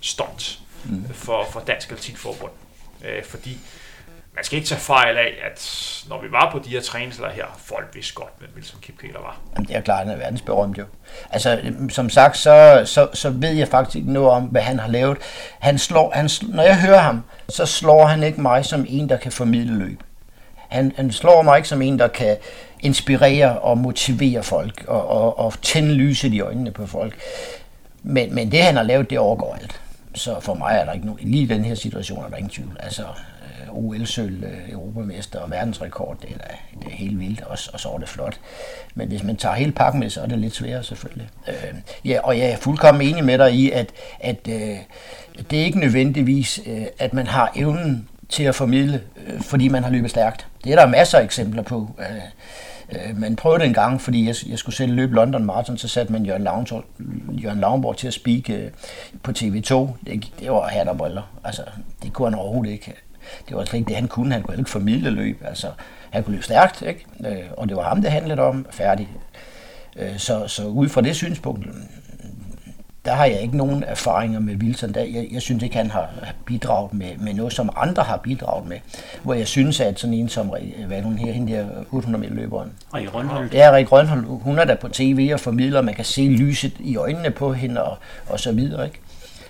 C: stunt for Dansk Atletikforbund. Fordi man skal ikke tage fejl af, at når vi var på de her træningslejre her, folk vidste godt, hvem Wilson Kipketer var.
B: Jamen, det er klart, han er verdensberømt jo. Altså, som sagt, så ved jeg faktisk ikke noget om, hvad han har lavet. Når jeg hører ham, så slår han ikke mig som en, der kan formidle løb. Han slår mig ikke som en, der kan inspirere og motivere folk og tænde lyset i øjnene på folk. Men det, han har lavet, det overgår alt. Så for mig er der ikke nogen, lige i den her situation er der ingen tvivl. Altså, OL-sølv, europamester og verdensrekord, det er helt vildt, og så er det flot. Men hvis man tager hele pakken med, så er det lidt sværere selvfølgelig. Og jeg er fuldkommen enig med dig i, at det er ikke nødvendigvis, at man har evnen til at formidle, fordi man har løbet stærkt. Det er der masser af eksempler på. Man prøvede det en gang, fordi jeg skulle selv løbe London Marathon, så satte man Jørgen Lavnborg til at speake på TV2. Det var hat og briller. Altså, det kunne han overhovedet ikke. Det var slet ikke det, han kunne. Han kunne ikke formidle løb. Altså, han kunne løbe stærkt, ikke? Og det var ham, det handlede om. Færdig. Så ud fra det synspunkt, der har jeg ikke nogen erfaringer med Wilson. Jeg synes ikke, han har bidraget med noget, som andre har bidraget med. Hvor jeg synes, at sådan en som, hvad er hun her, hende der 800 meter løberen.
D: Rik Rønholdt.
B: Ja, Rik Rønholdt. Hun er der på tv og formidler, man kan se lyset i øjnene på hende og så videre, ikke?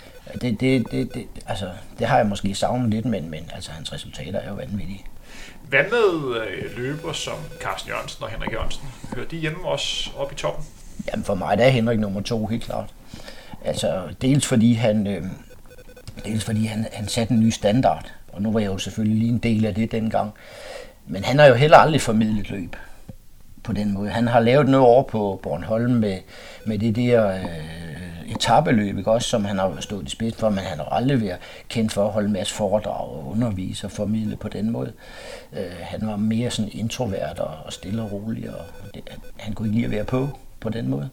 B: Det har jeg måske savnet lidt, men altså, hans resultater er jo vanvittige.
C: Hvad med løber som Carsten Jørgensen og Henrik Jørgensen? Hører de hjemme også op i toppen?
B: Jamen for mig der er Henrik nummer 2, helt klart. Altså dels fordi han satte en ny standard, og nu var jeg jo selvfølgelig lige en del af det dengang. Men han har jo heller aldrig formidlet løb på den måde. Han har lavet noget over på Bornholm med det der etapeløb, ikke også, som han har stået i spidsen for, men han har aldrig været kendt for at holde en masse foredrag og undervise og formidle på den måde. Han var mere sådan introvert og stille og rolig, og han kunne ikke lide at være på den måde.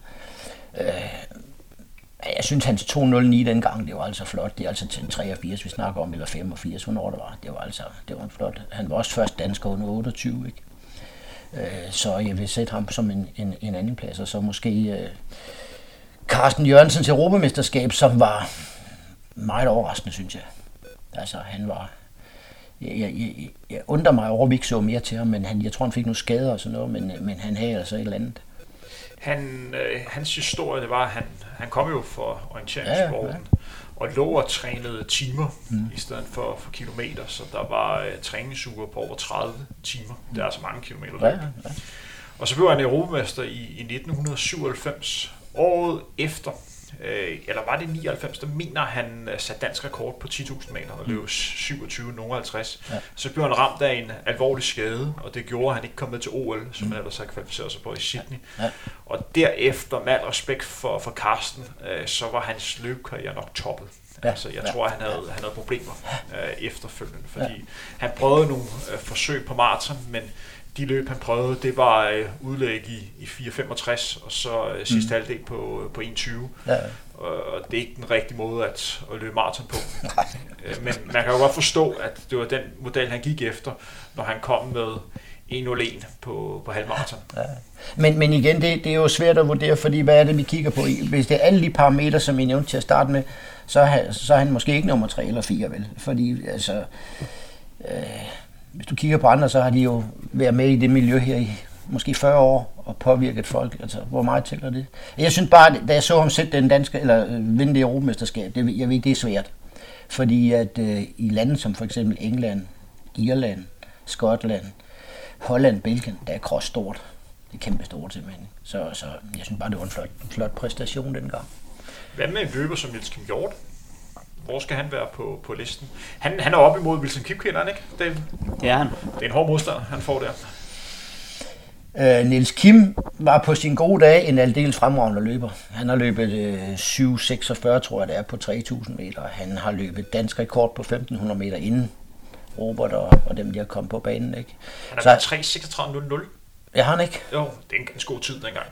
B: Jeg synes, hans 2.09 dengang, det var altså flot. Det er altså til 83, vi snakker om, eller 85, hvornår det var. Det var flot. Han var også først dansker under 28, ikke? Så jeg vil sætte ham som en anden plads, og så måske Carsten Jørgensens europamesterskab, som var meget overraskende, synes jeg. Altså, han var... Jeg undrer mig over, at vi ikke så mere til ham, men jeg tror, han fik nogle skader og sådan noget, men han havde altså et eller andet.
C: Hans historie, det var, at han kom jo fra orienteringssporten og lå og trænede timer i stedet for kilometer, så der var træningsuger på over 30 timer. Det er altså mange kilometer løb. Ja. Og så blev han europamester i 1997. Året efter, eller var det 99, der mener han satte dansk rekord på 10.000 meter og løb 27.50. Ja. Så blev han ramt af en alvorlig skade, og det gjorde, at han ikke kom med til OL, som han ellers havde kvalificeret sig på i Sydney. Ja. Og derefter, med al respekt for Carsten, så var hans løbekarriere nok toppet. Ja. Altså, jeg tror, han havde problemer efterfølgende, fordi han prøvede nogle forsøg på maraton, men de løb, han prøvede, det var udlæg i 4.65, og så sidste halvdel på 1.20. Ja. Og det er ikke den rigtige måde at løbe maraton på. Men man kan jo godt forstå, at det var den model, han gik efter, når han kom med 1.01 på halvmaraton. Ja. Men igen, det er jo svært at vurdere, fordi hvad er det, vi kigger på? Hvis det er alle de parametre, som I nævnte til at starte med, så er han måske ikke nummer 3 eller 4, vel? Fordi altså... hvis du kigger på andre, så har de jo været med i det miljø her i måske 40 år og påvirket folk. Altså, hvor meget tæller det? Jeg synes bare, da jeg så ham sætte den danske, eller vinde det europamesterskab, jeg ved, det er svært. Fordi at i lande som for eksempel England, Irland, Skotland, Holland, Belgien, der er cross stort. Det er kæmpe stort simpelthen. Så jeg synes bare, det var en flot præstation dengang. Hvad med en løber som Niels Kim Hjort? Hvor skal han være på listen? Han er oppe imod Wilson Kipketer, ikke? Det er han. Det er en hård modstander, han får der. Niels Kim var på sin gode dag en aldeles fremragende løber. Han har løbet 7.46, tror jeg det er, på 3.000 meter. Han har løbet dansk rekord på 1.500 meter inden Robert og dem, der kom på banen, ikke? Han har været 3.36.00. Ja, han ikke? Jo, det er en ganske god tid dengang.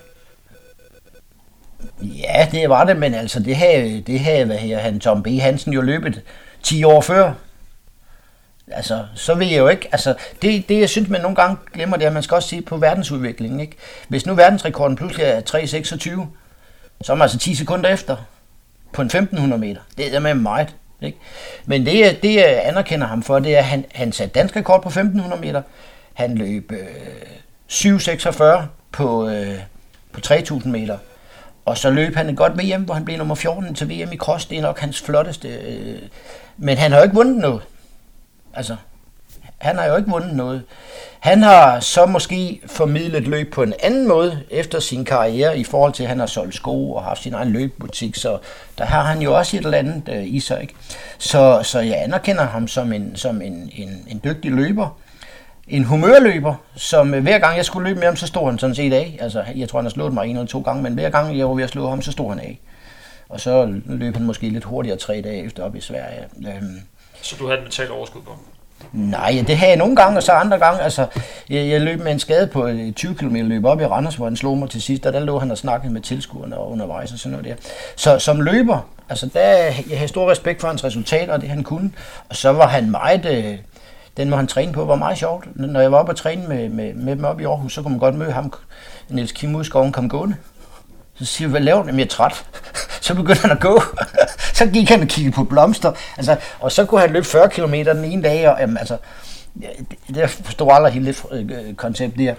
C: Ja, det var det, men altså det havde hvad her, han Tom B. Hansen jo løbet 10 år før. Altså, så vil jeg jo ikke, altså det jeg synes, man nogle gange glemmer, det er, at man skal også se på verdensudviklingen, ikke? Hvis nu verdensrekorden pludselig er 3.26, så er man altså 10 sekunder efter.
B: på en 1500 meter. Det er med meget. Ikke? Men det jeg anerkender ham for, det er, at han satte dansk rekord på 1500 meter. Han løb 7.46 på 3000 meter. Og så løb han et godt VM, hvor han blev nummer 14 til VM i cross. Det er nok hans flotteste. Men han har jo ikke vundet noget. Altså, han har jo ikke vundet noget. Han har så måske formidlet løb på en anden måde efter sin karriere, i forhold til, at han har solgt sko og haft sin egen løbbutik, så der har han jo også et eller andet i sig. Ikke? Så jeg anerkender ham som en dygtig løber. En humørløber, som hver gang jeg skulle løbe med ham, så stod han sådan set af. Altså, jeg tror, han har slået mig 1 eller 2 gange, men hver gang jeg var ved at slå ham, så stod han af. Og så løb han måske lidt hurtigere 3 dage efter op i Sverige.
C: Så du havde et mentalt overskud på ham?
B: Nej, det havde jeg nogle gange, og så andre gange. Altså, jeg løb med en skade på 20 km løb op i Randers, hvor han slog mig til sidst, og der lå han og snakkede med tilskuerne og undervejs og sådan noget der. Så som løber, altså jeg har stor respekt for hans resultater og det han kunne. Og så var han meget, den må han træne på, var meget sjovt. Når jeg var oppe og træne med dem op i Aarhus, så kunne man godt møde ham, Niels Kim Udskoven kom gående. Så siger jeg, hvad laver du? Jamen, jeg er træt. Så begyndte han at gå. Så gik han og kiggede på blomster. Altså, og så kunne han løbe 40 km den ene dag. Og, altså, det forstod aldrig helt lidt koncept der.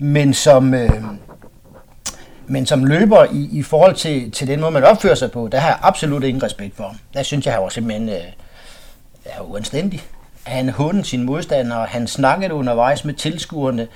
B: Men som løber i forhold til den måde, man opfører sig på, der har jeg absolut ingen respekt for ham. Der synes jeg, han var simpelthen uanstændig. Han hundede sine modstandere, han snakkede undervejs med tilskuerne.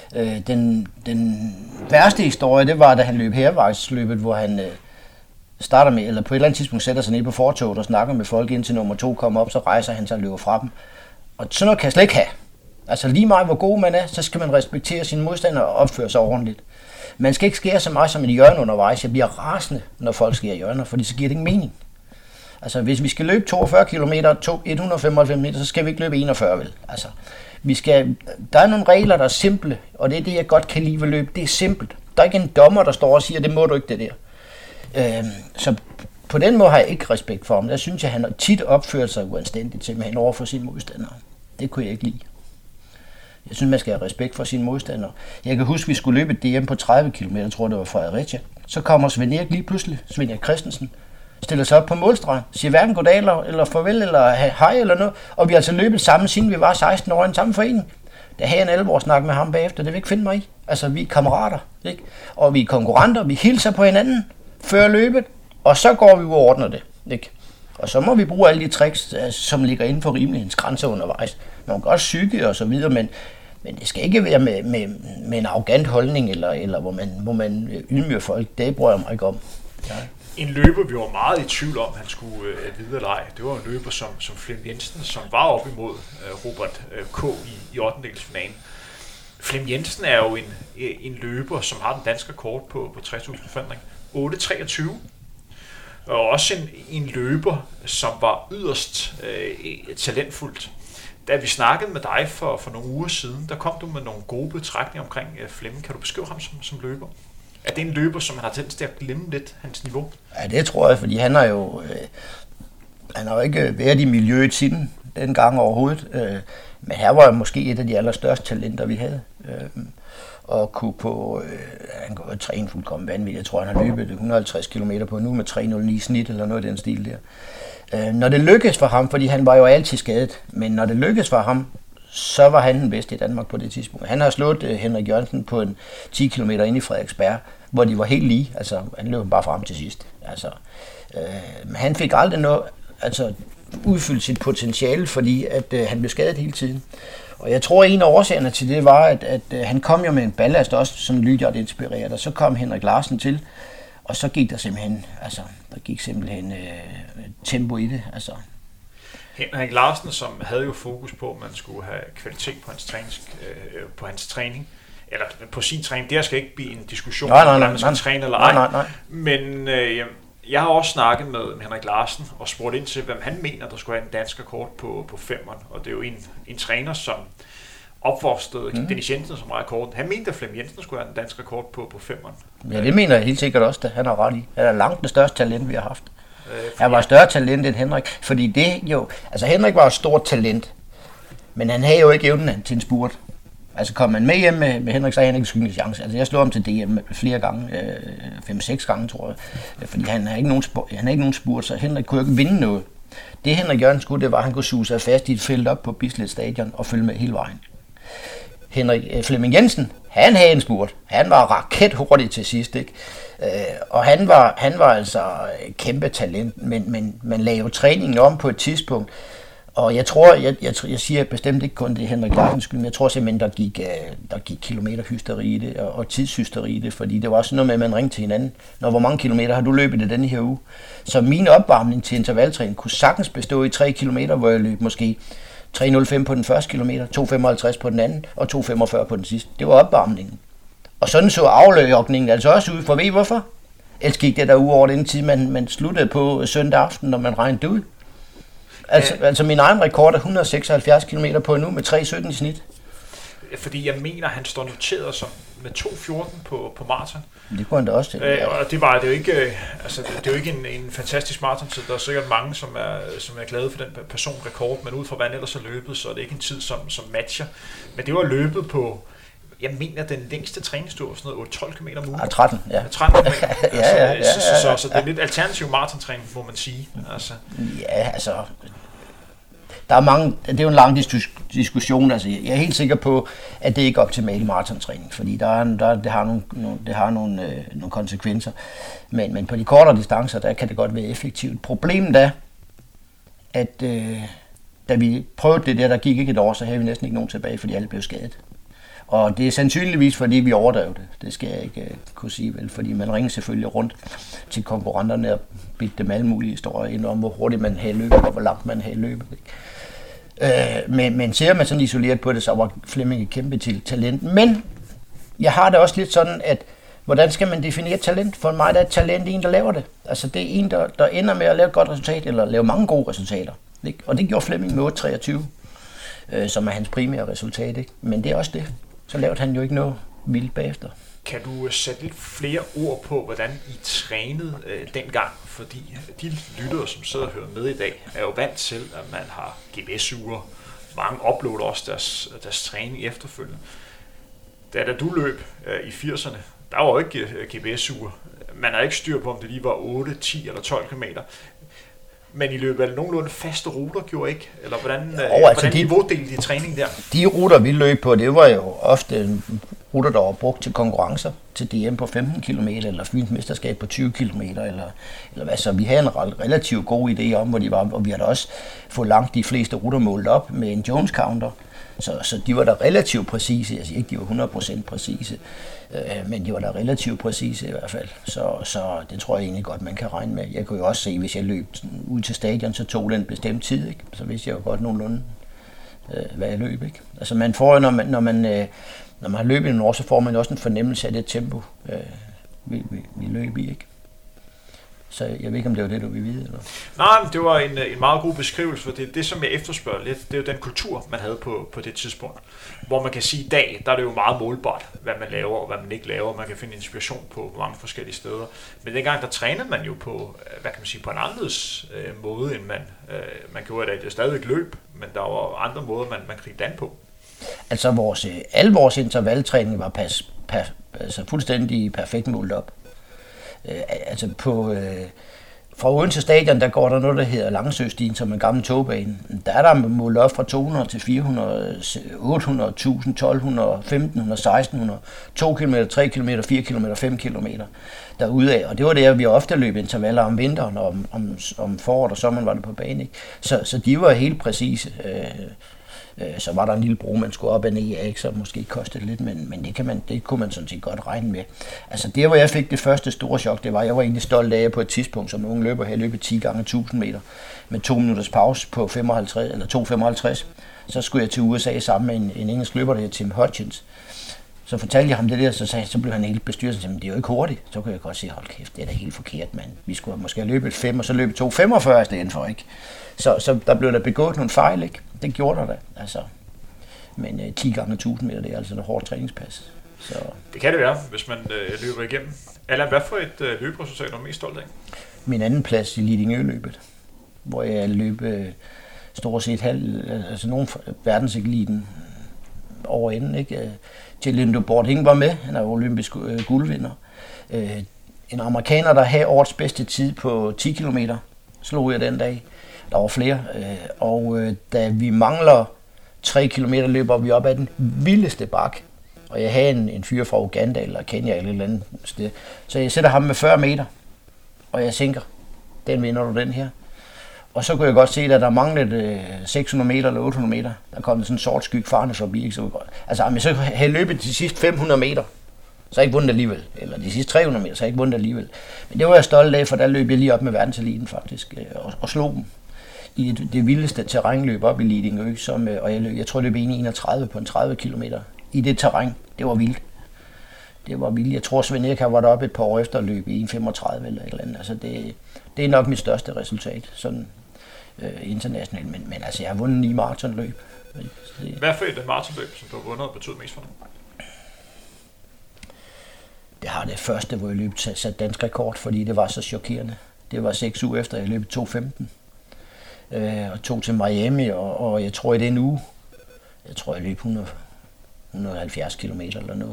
B: Den værste historie, det var, da han løb hervejsløbet, hvor han starter med, eller på et eller andet tidspunkt sætter sig ned på fortoget og snakker med folk, indtil nummer 2 kommer op, så rejser han sig og løber fra dem. Og sådan noget kan jeg slet ikke have. Altså lige meget hvor god man er, så skal man respektere sine modstandere og opføre sig ordentligt. Man skal ikke skære så meget som en hjørne undervejs. Jeg bliver rasende, når folk skærer hjørner, fordi så giver det ikke mening. Altså hvis vi skal løbe 42 km, 195 meter, så skal vi ikke løbe 41 vel. Altså, der er nogle regler, der er simple, og det er det, jeg godt kan lide ved løb. Det er simpelt. Der er ikke en dommer, der står og siger, det må du ikke, det der. Så på den måde har jeg ikke respekt for ham. Der synes jeg, han har tit opført sig uanstændigt simpelthen over for sine modstandere. Det kunne jeg ikke lide. Jeg synes, man skal have respekt for sine modstandere. Jeg kan huske, vi skulle løbe et DM på 30 km, jeg tror det var Fredericia. Så kommer Svend Erik lige pludselig, Svend Erik Christensen, stiller sig op på målstregen, siger hverken goddag eller farvel eller hej eller noget. Og vi har altså løbet sammen, siden vi var 16 år i en samme forening. Der havde en alvorsnak med ham bagefter, det vil ikke finde mig i. Altså, vi er kammerater, ikke? Og vi er konkurrenter, vi hilser på hinanden før løbet, og så går vi ud og ordner det, ikke? Og så må vi bruge alle de tricks, som ligger inden for rimelighedens grænser undervejs. Man kan godt psyke og så videre, men det skal ikke være med en arrogant holdning, eller hvor man ydmyger folk. Det bryder jeg mig ikke om. Ja.
C: En løber, vi var meget i tvivl om, han skulle videre eller ej. Det var en løber som Flem Jensen, som var op imod Robert K. i 8-delsfinalen. Flem Jensen er jo en løber, som har den danske rekord på 60.000 forandring. 8.23. Og også en løber, som var yderst talentfuldt. Da vi snakkede med dig for nogle uger siden, der kom du med nogle gode betragtninger omkring Flemming. Kan du beskrive ham som løber? Er det en løber, som man har tendens til at glemme lidt hans niveau?
B: Ja, det tror jeg, fordi han har jo ikke været i miljøet siden dengang overhovedet. Men her var måske et af de allerstørste talenter, vi havde. Og kunne han kunne træne fuldkommen vanvittigt. Jeg tror, han har løbet 150 km på nu med 3.09 snit eller noget af den stil der. Når det lykkedes for ham, fordi han var jo altid skadet, men når det lykkedes for ham, så var han den bedste i Danmark på det tidspunkt. Han har slået Henrik Jørgensen på en 10 km inde i Frederiksberg, hvor de var helt lige. Altså, han løb bare frem til sidst. Altså, han fik aldrig udfyldt sit potentiale, fordi at han blev skadet hele tiden. Og jeg tror, en af årsagerne til det var, at han kom jo med en ballast også, sådan lydigt inspireret, og så kom Henrik Larsen til, og så gik der simpelthen, tempo i det, altså.
C: Henrik Larsen, som havde jo fokus på, at man skulle have kvalitet på hans træning, eller på sin træning. Det skal ikke blive en diskussion om, hvordan man skal træne eller ej. Nej. Men jeg har også snakket med Henrik Larsen og spurgt ind til, hvem han mener, der skulle have en dansk rekord på 5'eren. Og det er jo en træner, som opforstede Dennis Jensen som rekorden. Han mente, at Flem Jensen skulle have en dansk rekord på 5'eren. Ja,
B: det mener jeg helt sikkert også, at han har ret i. Han er langt den største talent, vi har haft. Han var større talent end Henrik, fordi det jo... Altså Henrik var et stort talent, men han havde jo ikke evnen til en spurt. Altså kom man med hjem med Henrik, så havde han ikke skyldig chance. Altså jeg slog ham til DM flere gange, 5-6 gange tror jeg, fordi han har ikke nogen spurt, så Henrik kunne jo ikke vinde noget. Det Henrik Jørgensen skulle, det var, at han kunne suge sig fast i et felt op på Bislett Stadion og følge med hele vejen. Flemming Jensen, han havde en spurt. Han var rakethurtig til sidst, ikke? Og han var altså kæmpe talent, men man lagde jo træningen om på et tidspunkt. Og jeg tror, jeg siger bestemt ikke kun det Henrik Larsens skyld, men jeg tror simpelthen, der gik kilometerhysteri i det, og tidshysteri i det, fordi det var også noget med, at man ringte til hinanden. Hvor mange kilometer har du løbet i denne her uge? Så min opvarmning til intervaltræning kunne sagtens bestå i 3 kilometer, hvor jeg løb måske 3.05 på den første kilometer, 2.55 på den anden, og 2.45 på den sidste. Det var opvarmningen. Og sådan så afløjningen altså også ud, for ved I hvorfor? Ellers gik det der uge over den tid, man sluttede på søndag aften, når man regnede ud. Altså min egen rekord er 176 km på en uge med 3.17 i snit.
C: Fordi jeg mener, han står noteret som med 2.14 på maraton.
B: Det kunne han da også til.
C: Og det er jo ikke en fantastisk maraton, så der er sikkert mange, som er glade for den personrekord, men ud fra hvad han ellers har løbet, så er det ikke en tid, som matcher. Men det var løbet på, jeg mener, den længste træningstur var sådan noget 12 km om ugen.
B: 13, ja.
C: 13 km. Så det er lidt alternativ maratontræning, må man sige. Altså.
B: Ja, altså. Der er mange, det er jo en lang diskussion. Altså, jeg er helt sikker på, at det ikke er optimal maratontræning, fordi det har nogle konsekvenser. Men på de kortere distancer, der kan det godt være effektivt. Problemet er, at da vi prøvede det der gik ikke et år, så havde vi næsten ikke nogen tilbage, fordi alle blev skadet. Og det er sandsynligvis, fordi vi overdrev det. Det skal jeg ikke kunne sige vel, fordi man ringer selvfølgelig rundt til konkurrenterne og bidt dem alle mulige historier ind om, hvor hurtigt man havde løbet, og hvor langt man havde løbet. Men ser man sådan isoleret på det, så var Flemming et kæmpe talent. Men jeg har det også lidt sådan, at hvordan skal man definere talent? For mig der er talent en, der laver det. Altså det er en, der ender med at lave et godt resultat, eller lave mange gode resultater. Ikke? Og det gjorde Flemming med 8.23, som er hans primære resultat. Ikke? Men det er også det. Så lavede han jo ikke noget vildt bagefter.
C: Kan du sætte lidt flere ord på, hvordan I trænede dengang? Fordi de lyttere, som sidder og hører med i dag, er jo vant til, at man har GPS-uger. Mange uploader også deres træning efterfølgende. Da du løb i 80'erne, der var jo ikke GPS-uger. Man har ikke styr på, om det lige var 8, 10 eller 12 km. Men I løb vel nogenlunde faste ruter, gjorde ikke? Eller hvordan niveaudelte I træning der?
B: De ruter, vi løb på, det var jo ofte ruter, der var brugt til konkurrencer, til DM på 15 km, eller Fyns mesterskab på 20 km, eller hvad. Så vi havde en relativt god idé om, hvor de var, og vi havde også fået langt de fleste ruter målt op med en Jones counter. Så de var da relativt præcise. Jeg siger ikke, de var 100% præcise, men de var da relativt præcise i hvert fald. Så det tror jeg egentlig godt, man kan regne med. Jeg kunne jo også se, hvis jeg løb ud til stadion, så tog det en bestemt tid, ikke? Så vidste jeg jo godt nogenlunde, hvad jeg løb, ikke? Altså man får jo, når man har løbet i nogle år, så får man også en fornemmelse af det tempo, vi løb i, ikke? Så jeg ved ikke, om det var det, du ville vide, eller?
C: Nej, men det var en meget god beskrivelse, for det som jeg efterspørger lidt, det er jo den kultur, man havde på det tidspunkt. Hvor man kan sige, i dag, der er det jo meget målbart, hvad man laver og hvad man ikke laver. Man kan finde inspiration på mange forskellige steder. Men dengang, der trænede man jo på, hvad kan man sige, på en anderledes måde, end man gjorde i dag. Det er stadigvæk løb, men der var andre måder, man gribte an på.
B: Altså al vores intervaltræning var altså fuldstændig perfekt målt op. Altså fra Odense Stadion, der går der noget, der hedder Langsøstien, som er en gammel togbane. Der er der målt op fra 200 til 400, 800, 1000, 1200, 1500, 1600, 2 km, 3 km, 4 km, 5 km derudaf. Og det var der, vi ofte løb intervaller om vinteren, og om foråret og sommeren var det på banen. Ikke? Så de var helt præcise. Så var der en lille bro, man skulle op og ned af, så måske kostede lidt, men det kunne man sådan set godt regne med. Altså der, hvor jeg fik det første store chok, det var, jeg var egentlig stolt af på et tidspunkt, som unge løber her, løbet 10 gange 1000 meter, med 2 minutters pause på 55, eller 2,55. Så skulle jeg til USA sammen med en engelsk løber, der hedder Tim Hutchins. Så fortalte jeg ham det der, så blev han helt bestyret, og sagde, det er jo ikke hurtigt. Så kunne jeg godt sige, hold kæft, det er da helt forkert, mand. Vi skulle måske have løbet 5, og så løbet 2,45 i stedet for, ikke? Så der blev der begået nogle fejl, ikke? Det gjorde der da, altså. Men 10 gange 1000 meter, det er altså et hårdt træningspas. Så.
C: Det kan det være, hvis man løber igennem. Allan, hvad for et løberesultat er du mest stolt af?
B: Min anden plads i Lidingø-løbet, hvor jeg løb stort set nogle verdenseliten over enden, ikke? Jalen Boarding var med, han er olympisk guldvinder. En amerikaner, der havde årets bedste tid på 10 km, slog jeg den dag. Der var flere, og da vi mangler 3 km, løber vi op ad den vildeste bakke. Og jeg havde en fyr fra Uganda eller Kenya eller et eller andet sted. Så jeg sætter ham med 40 meter, og jeg tænker, den vinder du den her. Og så kunne jeg godt se, at der manglede 600 meter eller 800 meter. Der kom sådan en sort skyg farne forbi. Ikke? Altså, om jeg så havde løbet de sidste 500 meter, så har jeg ikke vundet alligevel. Eller de sidste 300 meter, så har jeg ikke vundet alligevel. Men det var jeg stolt af, for der løb jeg lige op med verdenseliten faktisk, og slog dem i det vildeste terrænløb op i Lidingø, og jeg tror, det blev 1,31 på en 30 km i det terræn. Det var vildt. Det var vildt. Jeg tror, Svend Erik var deroppe et par år efter løb i 1,35 eller et eller andet. Altså, det er nok mit største resultat, sådan internationalt. Men altså, jeg har vundet 9 maratonløb.
C: Hvad for et maratonløb, som du har vundet, betyder mest for dig?
B: Det har det første, hvor jeg løb sat dansk rekord, fordi det var så chokerende. Det var 6 uger efter, jeg løb 2.15. Og tog til Miami, og jeg tror i den uge, jeg løb 170 km eller noget.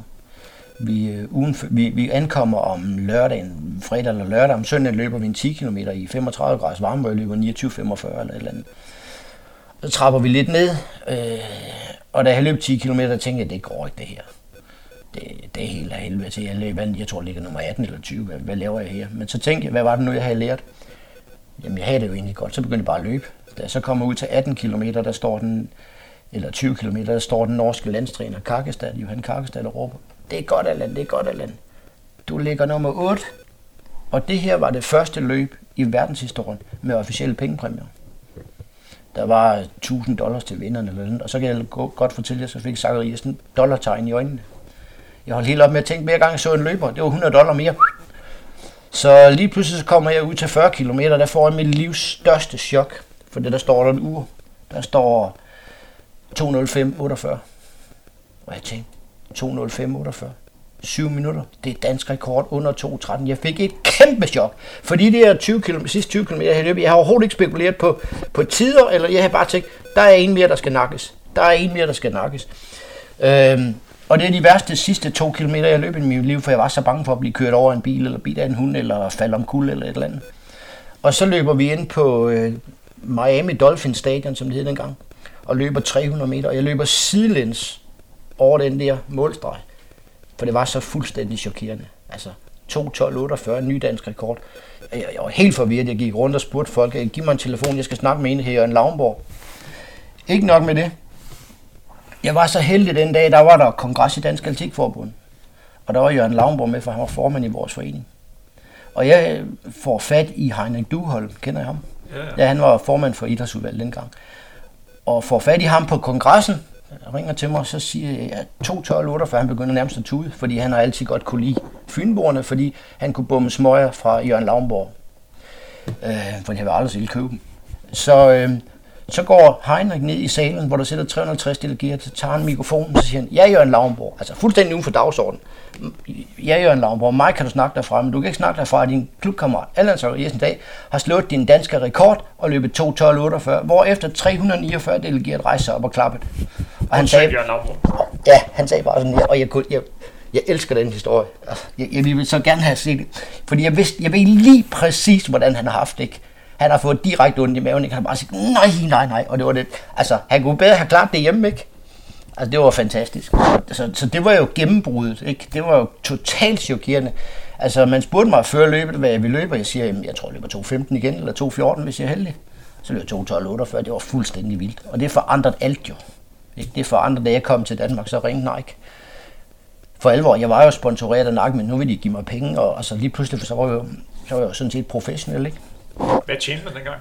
B: Vi ankommer om lørdagen, fredag eller lørdag, om søndagen løber vi en 10 km i 35 graders varme, hvor jeg løber 29,45 eller et eller andet. Så trapper vi lidt ned, og da jeg løb 10 km, tænkte jeg, det går ikke det her. Det er helt af helvede til. Jeg tror, det ligger nummer 18 eller 20. Hvad laver jeg her? Men så tænkte jeg, hvad var det nu, jeg havde lært? Jamen, jeg havde det jo egentlig godt. Så begyndte jeg bare at løbe. Da jeg så kommer ud til 18 km, der står den, eller 20 km, der står den norske landstræner Karkestad, Johan Karkestad, og råber, det er godt, Allan, det er godt, Allan. Du ligger nummer 8. Og det her var det første løb i verdenshistorien med officielle pengepræmier. Der var $1.000 til vinderne eller andet, og så kan jeg godt fortælle jer, så fik Zachariasen dollartegn i øjnene. Jeg holdt helt op med at tænke, hver gang jeg så en løber, det var $100 mere. Så lige pludselig så kommer jeg ud til 40 km, der får jeg mit livs største chok, for det der står der en ur. Der står 2:05:48. Og jeg tænkte, 2:05:48. 7 minutter. Det er dansk rekord under 2:13. Jeg fik et kæmpe chok. Fordi det er sidste 20 km, jeg har løbet. Jeg har overhovedet ikke spekuleret på tider, eller jeg har bare tænkt, der er en mere, der skal nakkes. Og det er de værste sidste 2 km, jeg løb i mit liv, for jeg var så bange for at blive kørt over en bil, eller bidt af en hund, eller falde omkuld, eller et eller andet. Og så løber vi ind på Miami Dolphins Stadion, som det hed dengang, og løber 300 meter, og jeg løber sidelæns over den der målstreg. For det var så fuldstændig chokerende. Altså 2:12:48, ny dansk rekord. Jeg var helt forvirret. Jeg gik rundt og spurgte folk, giv mig en telefon, jeg skal snakke med en her, Jørgen Lavnborg. Ikke nok med det. Jeg var så heldig den dag, der var der kongres i Dansk Atletikforbund. Og der var Jørgen Lavnborg med, for han var formand i vores forening. Og jeg får fat i Heinrich Duholm, kender I ham? Ja, han var formand for idrætsudvalget dengang. Og får fat i ham på kongressen, ringer til mig, og så siger jeg, at 2:12:48, han begynder nærmest at tude, fordi han har altid godt kunne lide fynboerne, fordi han kunne bomme smøger fra Jørgen Lavnborg. For jeg vil aldrig selv købe dem. Så går Heinrich ned i salen, hvor der sidder 350 delegerede, så tager han mikrofonen, og så siger han, ja, Jørgen Lavnborg, altså fuldstændig uden for dagsordenen. Ja, Jørgen Lavnborg, mig kan du snakke derfra, men du kan ikke snakke derfra, at din klubkammerat, Allan Zachariasen dag, har slået din danske rekord og løbet 2:12:48, hvorefter 349 delegerede rejser op og klappet. Og han sagde, ja, han sagde bare sådan her, og jeg elsker den historie. Jeg ville så gerne have set det, fordi jeg ved lige præcis, hvordan han har haft det, ikke? Han har fået direkte ondt i maven, ikke? Han har bare sagt, nej, og det var det. Altså, han kunne bedre have klart det hjemme, ikke? Altså, det var fantastisk. Så det var jo gennembruddet, ikke? Det var jo totalt chokerende. Altså, man spurgte mig før løbet, hvad jeg ville løbe, og jeg siger, jeg tror, jeg løber 2:15 igen, eller 2:14, hvis jeg er heldig. Så løb jeg 2:12:48, det var fuldstændig vildt. Og det forandrede alt jo. Ikke? Det forandrede, da jeg kom til Danmark, så ringte Nike. For alvor, jeg var jo sponsoreret af Nike, men nu vil de give mig penge, og så lige pludselig, så var jeg jo sådan set professionel, ikke?
C: Hvad tjente man dengang?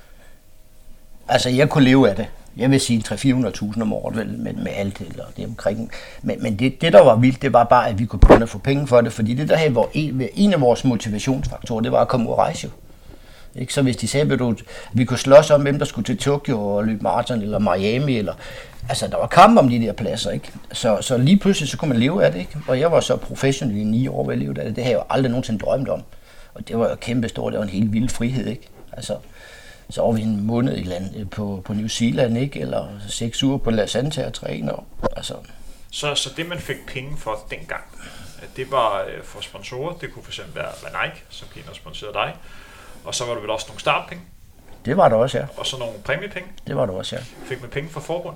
B: Altså, jeg kunne leve af det. Jeg vil sige 300-400.000 om året med alt eller det omkring. Men det, der var vildt, det var bare, at vi kunne begynde at få penge for det. Fordi det der her var en af vores motivationsfaktorer, det var at komme ud og rejse. Ikke? Så hvis de sagde, at vi kunne slås om, hvem der skulle til Tokyo og løbe maraton eller Miami, eller altså, der var kamp om de der pladser, ikke? Så lige pludselig, så kunne man leve af det, ikke? Og jeg var så professionel i 9 år ved at leve af det. Det havde jeg jo aldrig nogensinde drømt om. Og det var jo kæmpe stort, det var en helt vild frihed, ikke? Altså, så var vi en måned på New Zealand, ikke? Eller 6 uger på La Santa og træne, altså,
C: Så det, man fik penge for dengang, det var for sponsorer. Det kunne fx være Nike, som gik ind og sponsorerede dig. Og så var der vel også nogle startpenge.
B: Det var der også, ja.
C: Og så nogle præmiepenge.
B: Det var der også, ja.
C: Fik man penge fra forbund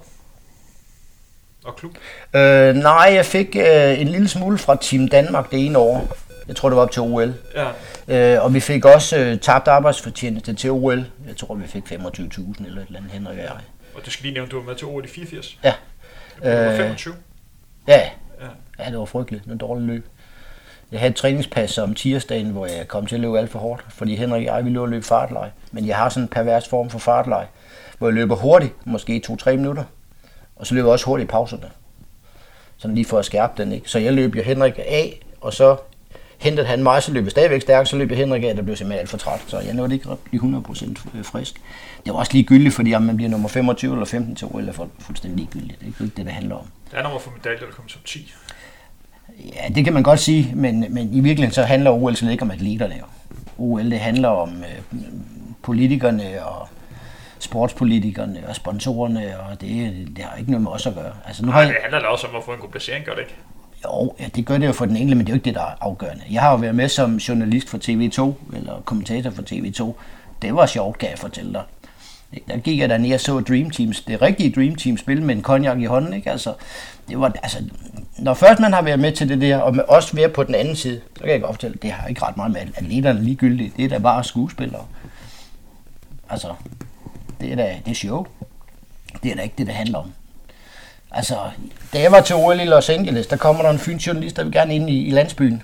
C: og klub?
B: Nej, jeg fik en lille smule fra Team Danmark det ene år. Jeg tror, det var op til OL.
C: Ja.
B: Og vi fik også tabt arbejdsfortjeneste til OL. Jeg tror, vi fik 25.000 eller et eller andet, Henrik og jeg.
C: Og det skal lige nævne, du var med til OL i 84.
B: Ja.
C: Du var 25.
B: Ja, det var frygteligt. Noget dårligt løb. Jeg havde et træningspas om tirsdagen, hvor jeg kom til at løbe alt for hårdt, fordi Henrik og jeg ville løbe fartleje. Men jeg har sådan en pervers form for fartleje, hvor jeg løber hurtigt, måske 2-3 minutter, og så løber jeg også hurtigt i pauserne. Sådan lige for at skærpe den, ikke? Så jeg løb jo Henrik af, og så hentede han mig, så løb jeg stadigvæk stærkt, så løb jeg Henrik af, der blev simpelthen alt for træt. Så jeg nåede ikke blive 100% frisk. Det var også ligegyldigt, fordi om man bliver nummer 25 eller 15 til OL er fuldstændig ligegyldigt. Det er ikke det handler om.
C: Der er nummer for medaljer, der kommer som 10.
B: Ja, det kan man godt sige, men i virkeligheden så handler OL så ikke om atleterne. OL, det handler om politikerne og sportspolitikerne og sponsorerne, og det har ikke noget med os at gøre. Altså,
C: Nej, det handler da også om at få en god placering, gør det ikke?
B: Jo, ja, det gør det jo for den enkelte, men det er jo ikke det, der er afgørende. Jeg har jo været med som journalist for TV2, eller kommentator for TV2. Det var sjovt, kan jeg fortælle dig. Der gik jeg dernede og så Dream Teams, det rigtige Dream Team spil med en cognac i hånden, ikke? Altså, det var, altså, når først man har været med til det der, og også været på den anden side, så kan jeg godt fortælle, det har ikke ret meget med atleterne ligegyldigt. Det er da bare skuespillere. Altså, det er show. Det er da ikke det, det handler om. Altså, da jeg var til OL i Los Angeles, der kommer der en fyns journalist, der vil gerne ind i landsbyen.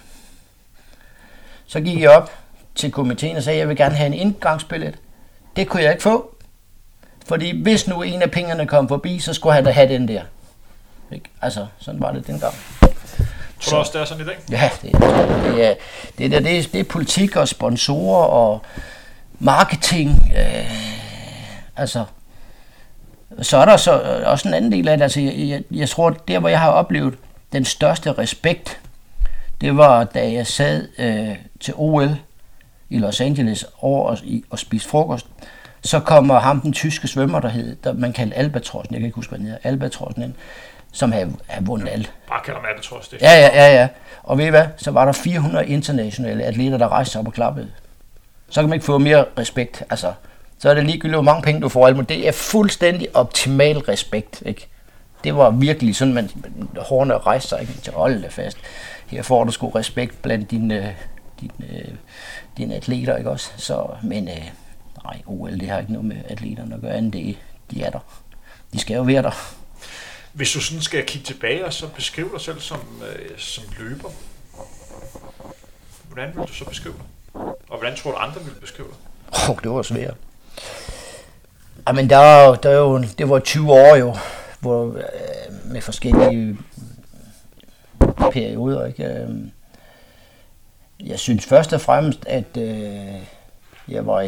B: Så gik jeg op til komiteen og sagde, at jeg vil gerne have en indgangsbillet. Det kunne jeg ikke få. Fordi hvis nu en af pengene kom forbi, så skulle han da have den der. Ikke? Altså, sådan var det dengang.
C: Tror du også, det er sådan i dag?
B: Ja, det er politik og sponsorer og marketing. Altså, så er der så også en anden del af det. Altså, jeg tror, der hvor jeg har oplevet den største respekt, det var da jeg sad til OL i Los Angeles over og spiste frokost. Så kommer ham, den tyske svømmer, der man kaldte Albatrossen, jeg kan ikke huske, hvad den hedder, Albatrossen ind, som havde vundet alt.
C: Bare kalder man Albatros, det.
B: Ja. Og ved I hvad? Så var der 400 internationale atleter, der rejste sig op og klappede. Så kan man ikke få mere respekt. Altså, så er det ligegyldigt, hvor mange penge du får. Det er fuldstændig optimal respekt, ikke? Det var virkelig sådan, man hårene rejste sig, ikke? Til holde det fast. Her får du sgu respekt blandt dine atleter, ikke også? Så, men nej, OL, det har ikke noget med atleterne at gøre, end det, de er der. De skal jo være der.
C: Hvis du sådan skal kigge tilbage og så beskrive dig selv som løber, hvordan vil du så beskrive dig? Og hvordan tror du, andre vil beskrive dig?
B: Det var svært. Jamen, det var 20 år jo, hvor, med forskellige perioder, ikke? Jeg synes først og fremmest, at jeg var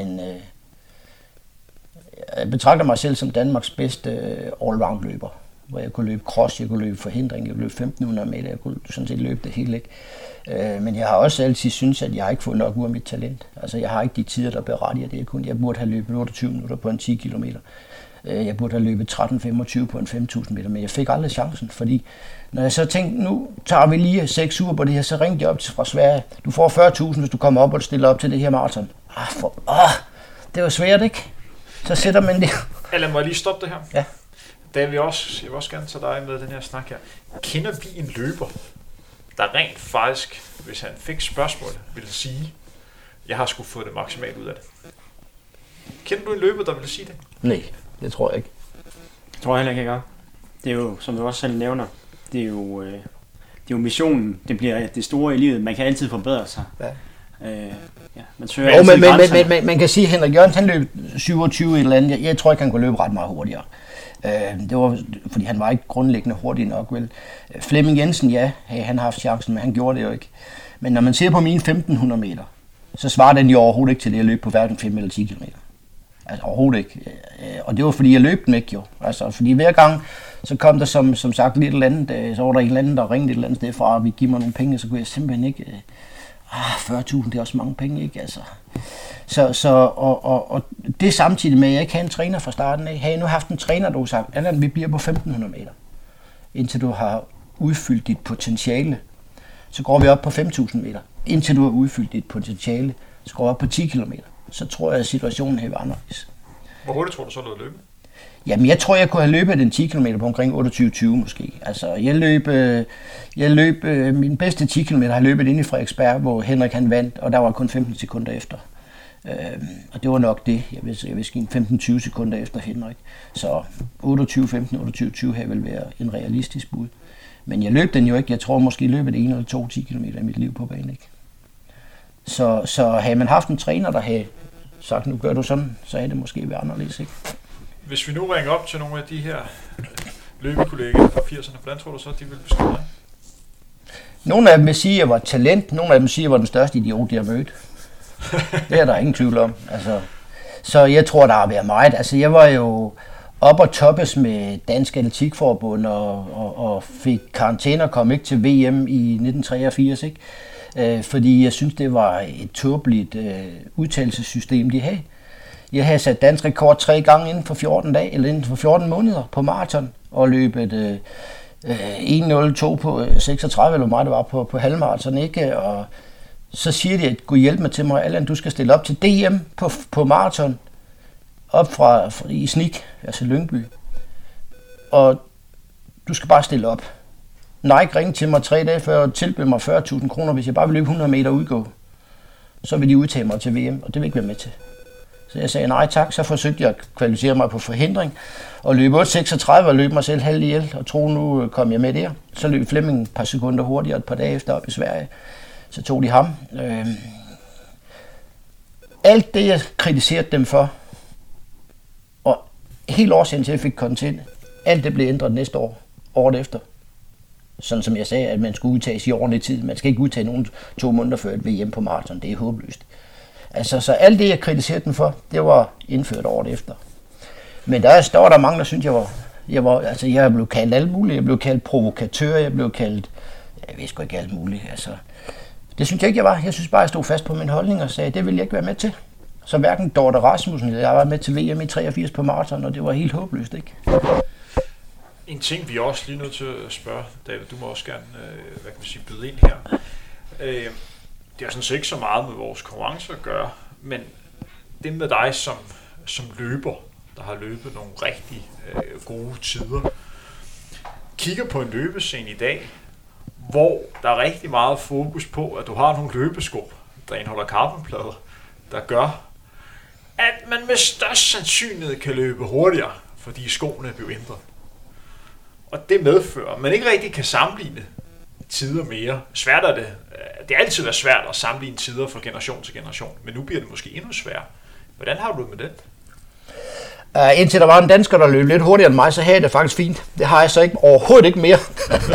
B: jeg betragter mig selv som Danmarks bedste allround løber, hvor jeg kunne løbe cross, jeg kunne løbe forhindring, jeg kunne løbe 1500 meter, jeg kunne sådan set løbe det hele, ikke? Men jeg har også altid syntes, at jeg ikke fået nok ud af mit talent. Altså, jeg har ikke de tider, der berettiger det. Jeg burde have løbet 28 minutter på en 10 km. Jeg burde have løbet 13:25 på en 5.000 meter, men jeg fik aldrig chancen, fordi når jeg så tænkte, nu tager vi lige 6 uger på det her, så ringte jeg op fra Sverige. Du får 40.000, hvis du kommer op og stiller op til det her maraton. Det var svært, ikke? Så sætter man det.
C: Eller må jeg lige stoppe det her?
B: Ja.
C: Jeg vil også gerne tage dig med den her snak her. Kender vi en løber, der rent faktisk, hvis han fik spørgsmål, ville sige, jeg har sgu fået det maksimalt ud af det? Kender du en løber, der vil sige det?
B: Nej, det tror jeg ikke.
D: Det tror jeg heller ikke, jeg gør. Det er jo, som du også selv nævner, det er jo missionen, det bliver det store i livet. Man kan altid forbedre sig. Ja. Man søger altid
B: men man kan sige, at Henrik Jørgensen, han løb 27 eller andet. Jeg tror ikke, han kunne løbe ret meget hurtigere. Det var, fordi han var ikke grundlæggende hurtig nok, vel. Flemming Jensen, ja, han har haft chancen, men han gjorde det jo ikke. Men når man ser på mine 1500 meter, så svarer den jo overhovedet ikke til det, jeg løb på hverken 5 eller 10 km. Altså overhovedet ikke. Og det var fordi, jeg løb den ikke jo. Altså, fordi hver gang, så kom der som sagt lidt eller andet, så var der en eller anden, der ringede et eller andet sted fra, og vi giver mig nogle penge, så kunne jeg simpelthen ikke... 40.000, det er også mange penge, ikke? Altså. Og det er samtidig med, at jeg ikke havde en træner fra starten af. Havde jeg nu haft en træner, der har sagt, Allan, vi bliver på 1500 meter, indtil du har udfyldt dit potentiale, så går vi op på 5.000 meter. Indtil du har udfyldt dit potentiale, så går vi op på 10 km. Så tror jeg, at situationen er anderledes.
C: Hvor hurtigt tror du så, du løbe?
B: Jamen, jeg tror, jeg kunne have løbet den 10 km på omkring 28-20 måske. Altså, jeg løb min bedste 10 km har jeg løbet inde i Frederiksberg, hvor Henrik han vandt, og der var kun 15 sekunder efter. Og det var nok det. Jeg vil ske 15-20 sekunder efter Henrik. Så 28-15, 28-20 havde vel været en realistisk bud. Men jeg løb den jo ikke. Jeg tror måske, jeg løbet 1 eller 2 10 km i mit liv på banen, ikke? Så havde man haft en træner, der havde sagt, nu gør du sådan, så havde det måske været anderledes, ikke?
C: Hvis vi nu ringer op til nogle af de her løbekollegaer fra 80'erne, hvordan tror du så, at de vil beskrive dig?
B: Nogle af dem vil sige, at jeg var et talent. Nogle af dem siger, at jeg var den største idiot, de har mødt. Det er der ingen tvivl om. Altså, så jeg tror, der har været meget. Altså, jeg var jo op og toppes med Dansk Atletikforbund og fik karantæne og kom ikke til VM i 1983, ikke? Fordi jeg synes, det var et tåbeligt udtalelsessystem, de havde. Jeg havde sat dansk rekord 3 gange inden for 14 dage, eller inden for 14 måneder på maraton, og løbet 1.02 på 36, eller meget det var på halvmaraton, ikke? Og så siger de, at Gud hjælp mig til mig, Allan, du skal stille op til DM på maraton, op fra i Snik, altså Lyngby. Og du skal bare stille op. Nike ringede til mig 3 dage før og tilbød mig 40.000 kroner, hvis jeg bare vil løbe 100 meter udgå. Så vil de udtage mig til VM, og det vil jeg ikke være med til. Så jeg sagde nej tak, så forsøgte jeg at kvalificere mig på forhindring, og løb 8.36 og løb mig selv halvt ihjel, og tro nu kom jeg med der. Så løb Flemming et par sekunder hurtigere, et par dage efter op i Sverige. Så tog de ham. Alt det, jeg kritiserede dem for, og helt årsagen til, at jeg fik content, alt det blev ændret næste år, året efter. Sådan som jeg sagde, at man skulle udtages i ordentlig tid. Man skal ikke udtage nogen 2 måneder før et VM på maraton. Det er håbløst. Altså, så alt det, jeg kritiserede dem for, det var indført året efter. Men der var der mange, der syntes, jeg blev kaldt alt muligt. Jeg blev kaldt provokatør, jeg blev kaldt, jeg ved sgu ikke alt muligt. Altså, det synes jeg ikke, jeg var. Jeg synes bare, jeg stod fast på min holdning og sagde, det ville jeg ikke være med til. Så hverken Dorte Rasmussen eller jeg var med til VM i 83 på maraton, og det var helt håbløst, ikke?
C: En ting, vi er også lige nødt til at spørge, David, du må også gerne, byde ind her. Det har sådan set ikke så meget med vores konkurrence at gøre, men det med dig som løber, der har løbet nogle rigtig gode tider, kigger på en løbescene i dag, hvor der er rigtig meget fokus på, at du har nogle løbesko, der indeholder carbonplader, der gør, at man med størst sandsynlighed kan løbe hurtigere, fordi skoene bliver ændret. Og det medfører, at man ikke rigtig kan sammenligne tider mere. Svært er det. Det har altid været svært at sammenligne tider fra generation til generation, men nu bliver det måske endnu sværere. Hvordan har du det med det?
B: Indtil der var en dansker, der løb lidt hurtigere end mig, så havde jeg det faktisk fint. Det har jeg så ikke overhovedet ikke mere.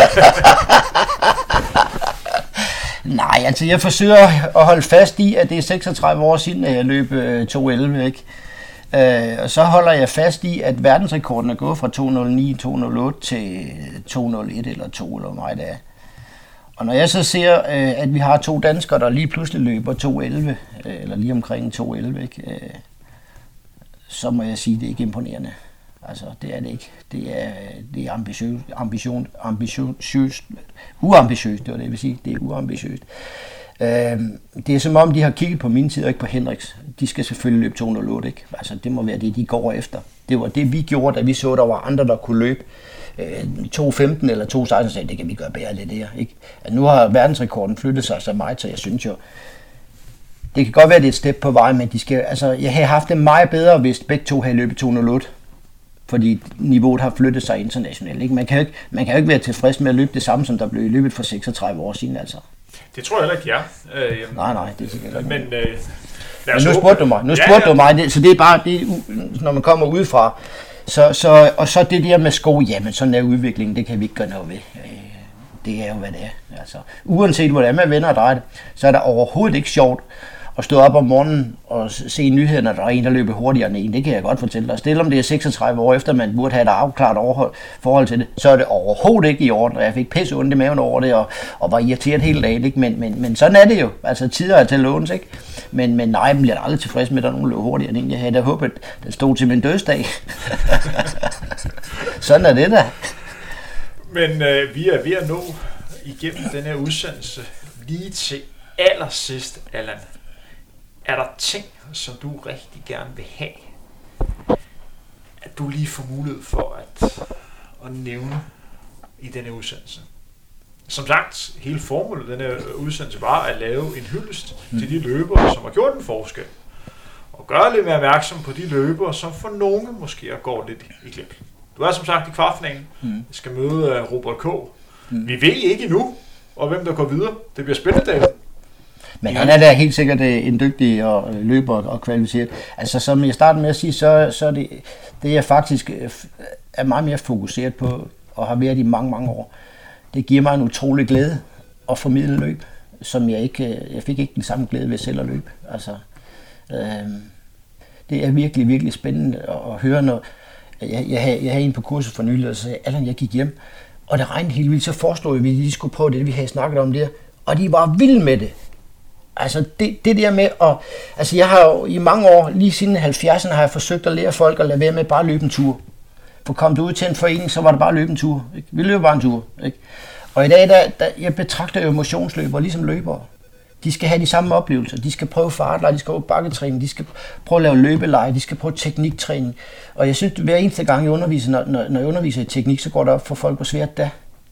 B: Nej, altså jeg forsøger at holde fast i, at det er 36 år siden, at jeg løb 2.11, ikke? Og så holder jeg fast i, at verdensrekorden er gået fra 2.09, 2.08 til 2.01 eller 2, eller hvor meget det er. Og når jeg så ser, at vi har 2 danskere, der lige pludselig løber 2.11, eller lige omkring 2.11, ikke? Så må jeg sige, at det er ikke imponerende. Altså, det er det ikke. Det er ambitiøst. Uambitiøst, det var det, jeg vil sige. Det er uambitiøst. Det er som om, de har kigget på min tid, og ikke på Henriks. De skal selvfølgelig løbe 208, ikke? Altså, det må være det, de går efter. Det var det, vi gjorde, da vi så, der var andre, der kunne løbe 2.15 eller 2.16, og sagde, det kan vi gøre bedre lidt der, ikke? At nu har verdensrekorden flyttet sig så meget, så jeg synes jo, det kan godt være, det er et step på vej, men de skal, altså, jeg havde haft det meget bedre, hvis begge to havde løbet 208. Fordi niveauet har flyttet sig internationalt, ikke? Man kan jo ikke være tilfreds med at løbe det samme, som der blev løbet for 36 år siden, altså.
C: Det tror jeg heller ikke, ja.
B: Nej, det er sikkert ikke.
C: Men
B: nu spurgte du mig, så det er bare, når man kommer udefra, og så det der med sko, jamen sådan er udviklingen, det kan vi ikke gøre noget ved. Det er jo, hvad det er. Altså, uanset hvordan man vender og drejer det, så er det overhovedet ikke sjovt at stå op om morgenen og se nyhederne, der er en, der løber hurtigere end en. Det kan jeg godt fortælle dig. Selvom det er 36 år efter, man burde have et afklaret forhold til det, så er det overhovedet ikke i orden. Og jeg fik pisse ondt i maven over det, og var irriteret hele dagen. Ikke? Men sådan er det jo. Altså, tider er til låns, ikke? Men nej, jeg bliver aldrig tilfreds med, at der er nogen, der løber hurtigere end en. Jeg havde da håbet, at den stod til min dødsdag. Sådan er det da.
C: Men vi er ved at nå igennem den her udsendelse lige til allersidst, Allan. Er der ting, som du rigtig gerne vil have, at du lige får mulighed for at nævne i denne udsendelse? Som sagt, hele formålet af denne udsendelse var at lave en hyldest til de løbere, som har gjort en forskel. Og gøre lidt mere opmærksom på de løbere, som for nogle måske går lidt i glip. Du er som sagt i kvartfinalen. Vi skal møde Robert K. Vi ved ikke endnu, og hvem der går videre. Det bliver spændende, David.
B: Men han er da helt sikkert en dygtig løber og kvalificeret. Altså som jeg startede med at sige, så er det jeg faktisk er meget mere fokuseret på, og har været i mange, mange år. Det giver mig en utrolig glæde at formidle løb, som jeg fik ikke den samme glæde ved selv at løbe. Altså, det er virkelig, virkelig spændende at høre, når jeg havde en på kurset for nylig, og så sagde, Allan, jeg gik hjem, og det regnede helt vildt, så foreslog jeg, at vi lige skulle prøve det, vi havde snakket om der, og de var vilde med det. Altså det der med altså jeg har jo i mange år, lige siden 70'erne, har jeg forsøgt at lære folk at lade være med bare at løbe en tur. For kom du ud til en forening, så var det bare at løbe en tur. Ikke? Vi løber bare en tur. Ikke? Og i dag, jeg betragter jo motionsløbere ligesom løbere. De skal have de samme oplevelser. De skal prøve fartleje, de skal prøve bakketræning, de skal prøve at lave løbeleje, de skal prøve tekniktræning. Og jeg synes, hver eneste gang jeg underviser, når jeg underviser i teknik, så går det op for folk, hvor svært det er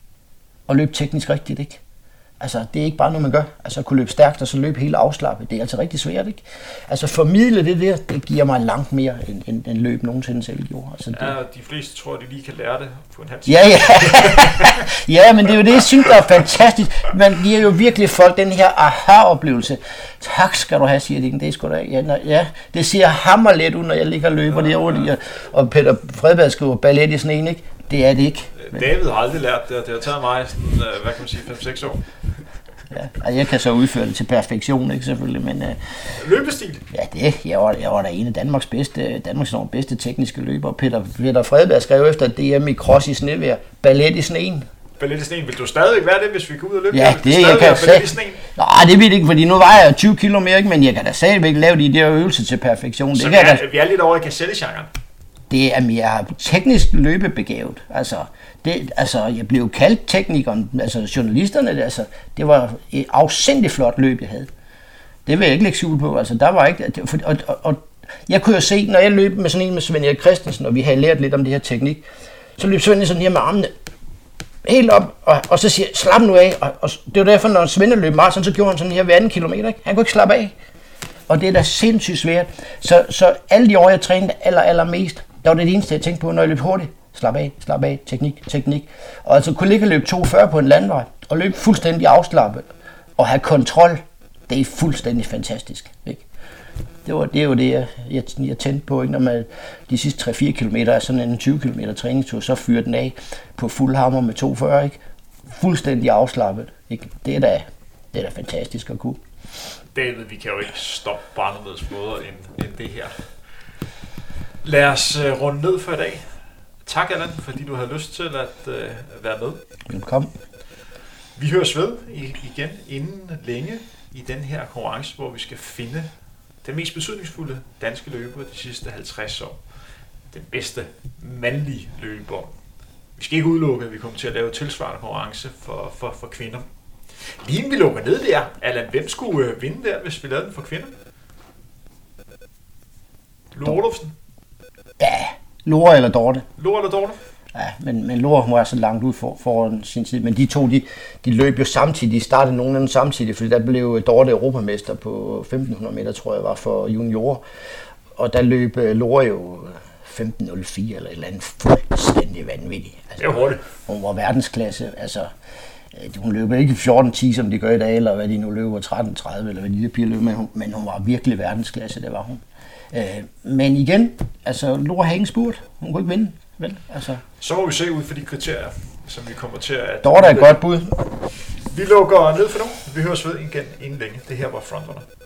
B: at løbe teknisk rigtigt, ikke? Altså, det er ikke bare noget, man gør. Altså, at kunne løbe stærkt og så løbe helt afslappet, det er altså rigtig svært, ikke? Altså, formidle det der, det giver mig langt mere, end løb nogensinde selv gjorde. Altså, det...
C: Ja, de fleste tror, at de lige kan lære det på en halv time.
B: Ja. Ja, men det er jo det, jeg synes, der er fantastisk. Man giver jo virkelig folk den her aha-oplevelse. Tak skal du have, siger de. Det er sgu da, ja, det ser hammerlet ud, når jeg ligger og løber derovre, og Peter Fredberg skriver ballet i sådan en, ikke? Det er det ikke.
C: David har aldrig lært det, og det har taget mig sådan, hvad kan man sige, 5-6 år.
B: Ja, jeg kan så udføre det til perfektion, ikke selvfølgelig, men...
C: Løbestil?
B: Ja, jeg var da en af Danmarks bedste tekniske løbere. Peter Fredberg skrev efter DM i cross i snevejr, ballet i sneen.
C: Ballet i sneen. Vil du stadigvæk være det, hvis vi går ud og løbe?
B: Ja, det jeg kan sige. Nej, det ved jeg ikke, fordi nu vejer jeg 20 kilo mere, ikke, men jeg kan da stadigvæk lave de der øvelser til perfektion.
C: Så
B: det
C: vi er lidt over i Kassette-genren?
B: Det er mere teknisk løbebegavet. Altså, jeg blev kaldt teknikeren, altså journalisterne, altså, det var et afsindigt flot løb, jeg havde. Det vil jeg ikke lægge skjul på. Altså, der var ikke, og jeg kunne jo se, når jeg løb med sådan en med Svend Erik Christensen, og vi havde lært lidt om det her teknik, så løb Svend sådan her med armene helt op, og så siger slap nu af. Og det var derfor, når Svend løb maraton, så gjorde han sådan her hver 2 kilometer, ikke? Han kunne ikke slappe af. Og det er da sindssygt svært. Så alle de år, jeg trænede allermest, der var det eneste, jeg tænkte på, når jeg løb hurtigt. Slap af, teknik. Og altså kunne ligge og løbe 2,40 på en landvej, og løbe fuldstændig afslappet, og have kontrol, det er fuldstændig fantastisk, ikke? Det er jo det, jeg tændte på, ikke? Når man de sidste 3-4 kilometer er sådan en 20 km træningstur, så fyrer den af på fuld hammer med 2,40, ikke? Fuldstændig afslappet, ikke? Det er da fantastisk at kunne.
C: David, vi kan jo ikke stoppe bare anderledes måder end det her. Lad os runde ned for i dag. Tak, Allan, fordi du har lyst til at være med.
B: Velkommen.
C: Vi høres ved igen inden længe i den her konkurrence, hvor vi skal finde den mest betydningsfulde danske løber de sidste 50 år. Den bedste mandlige løber. Vi skal ikke udelukke, at vi kommer til at lave tilsvarende konkurrence for kvinder. Lige inden vi lukker ned der, Allan, hvem skulle vinde der, hvis vi lavede den for kvinder? Lore Olufsen?
B: Ja, Lore eller Dorte.
C: Lore eller Dorte?
B: Ja, men Lore, hun er så langt ud foran sin tid. Men de to, de løb jo samtidig. De startede nogenlunde samtidig, fordi der blev Dorte europamester på 1500 meter, tror jeg, var for juniorer. Og der løb Lore jo 15.04 eller et eller andet fuldstændig vanvittigt. Altså,
C: det er hurtigt.
B: Hun var verdensklasse. Altså, hun løb ikke 14.10, som de gør i dag, eller hvad de nu løber, 13.30, eller hvad de der piger løb, men hun var virkelig verdensklasse, det var hun. Men igen, altså Lore havde ingen spurt. Hun kunne ikke vinde, vel? Altså.
C: Så må vi se ud for de kriterier, som vi kommer til at...
B: Dorte er et godt bud.
C: Vi lukker ned for nu. Vi høres ved igen inden længe. Det her var Frontrunner.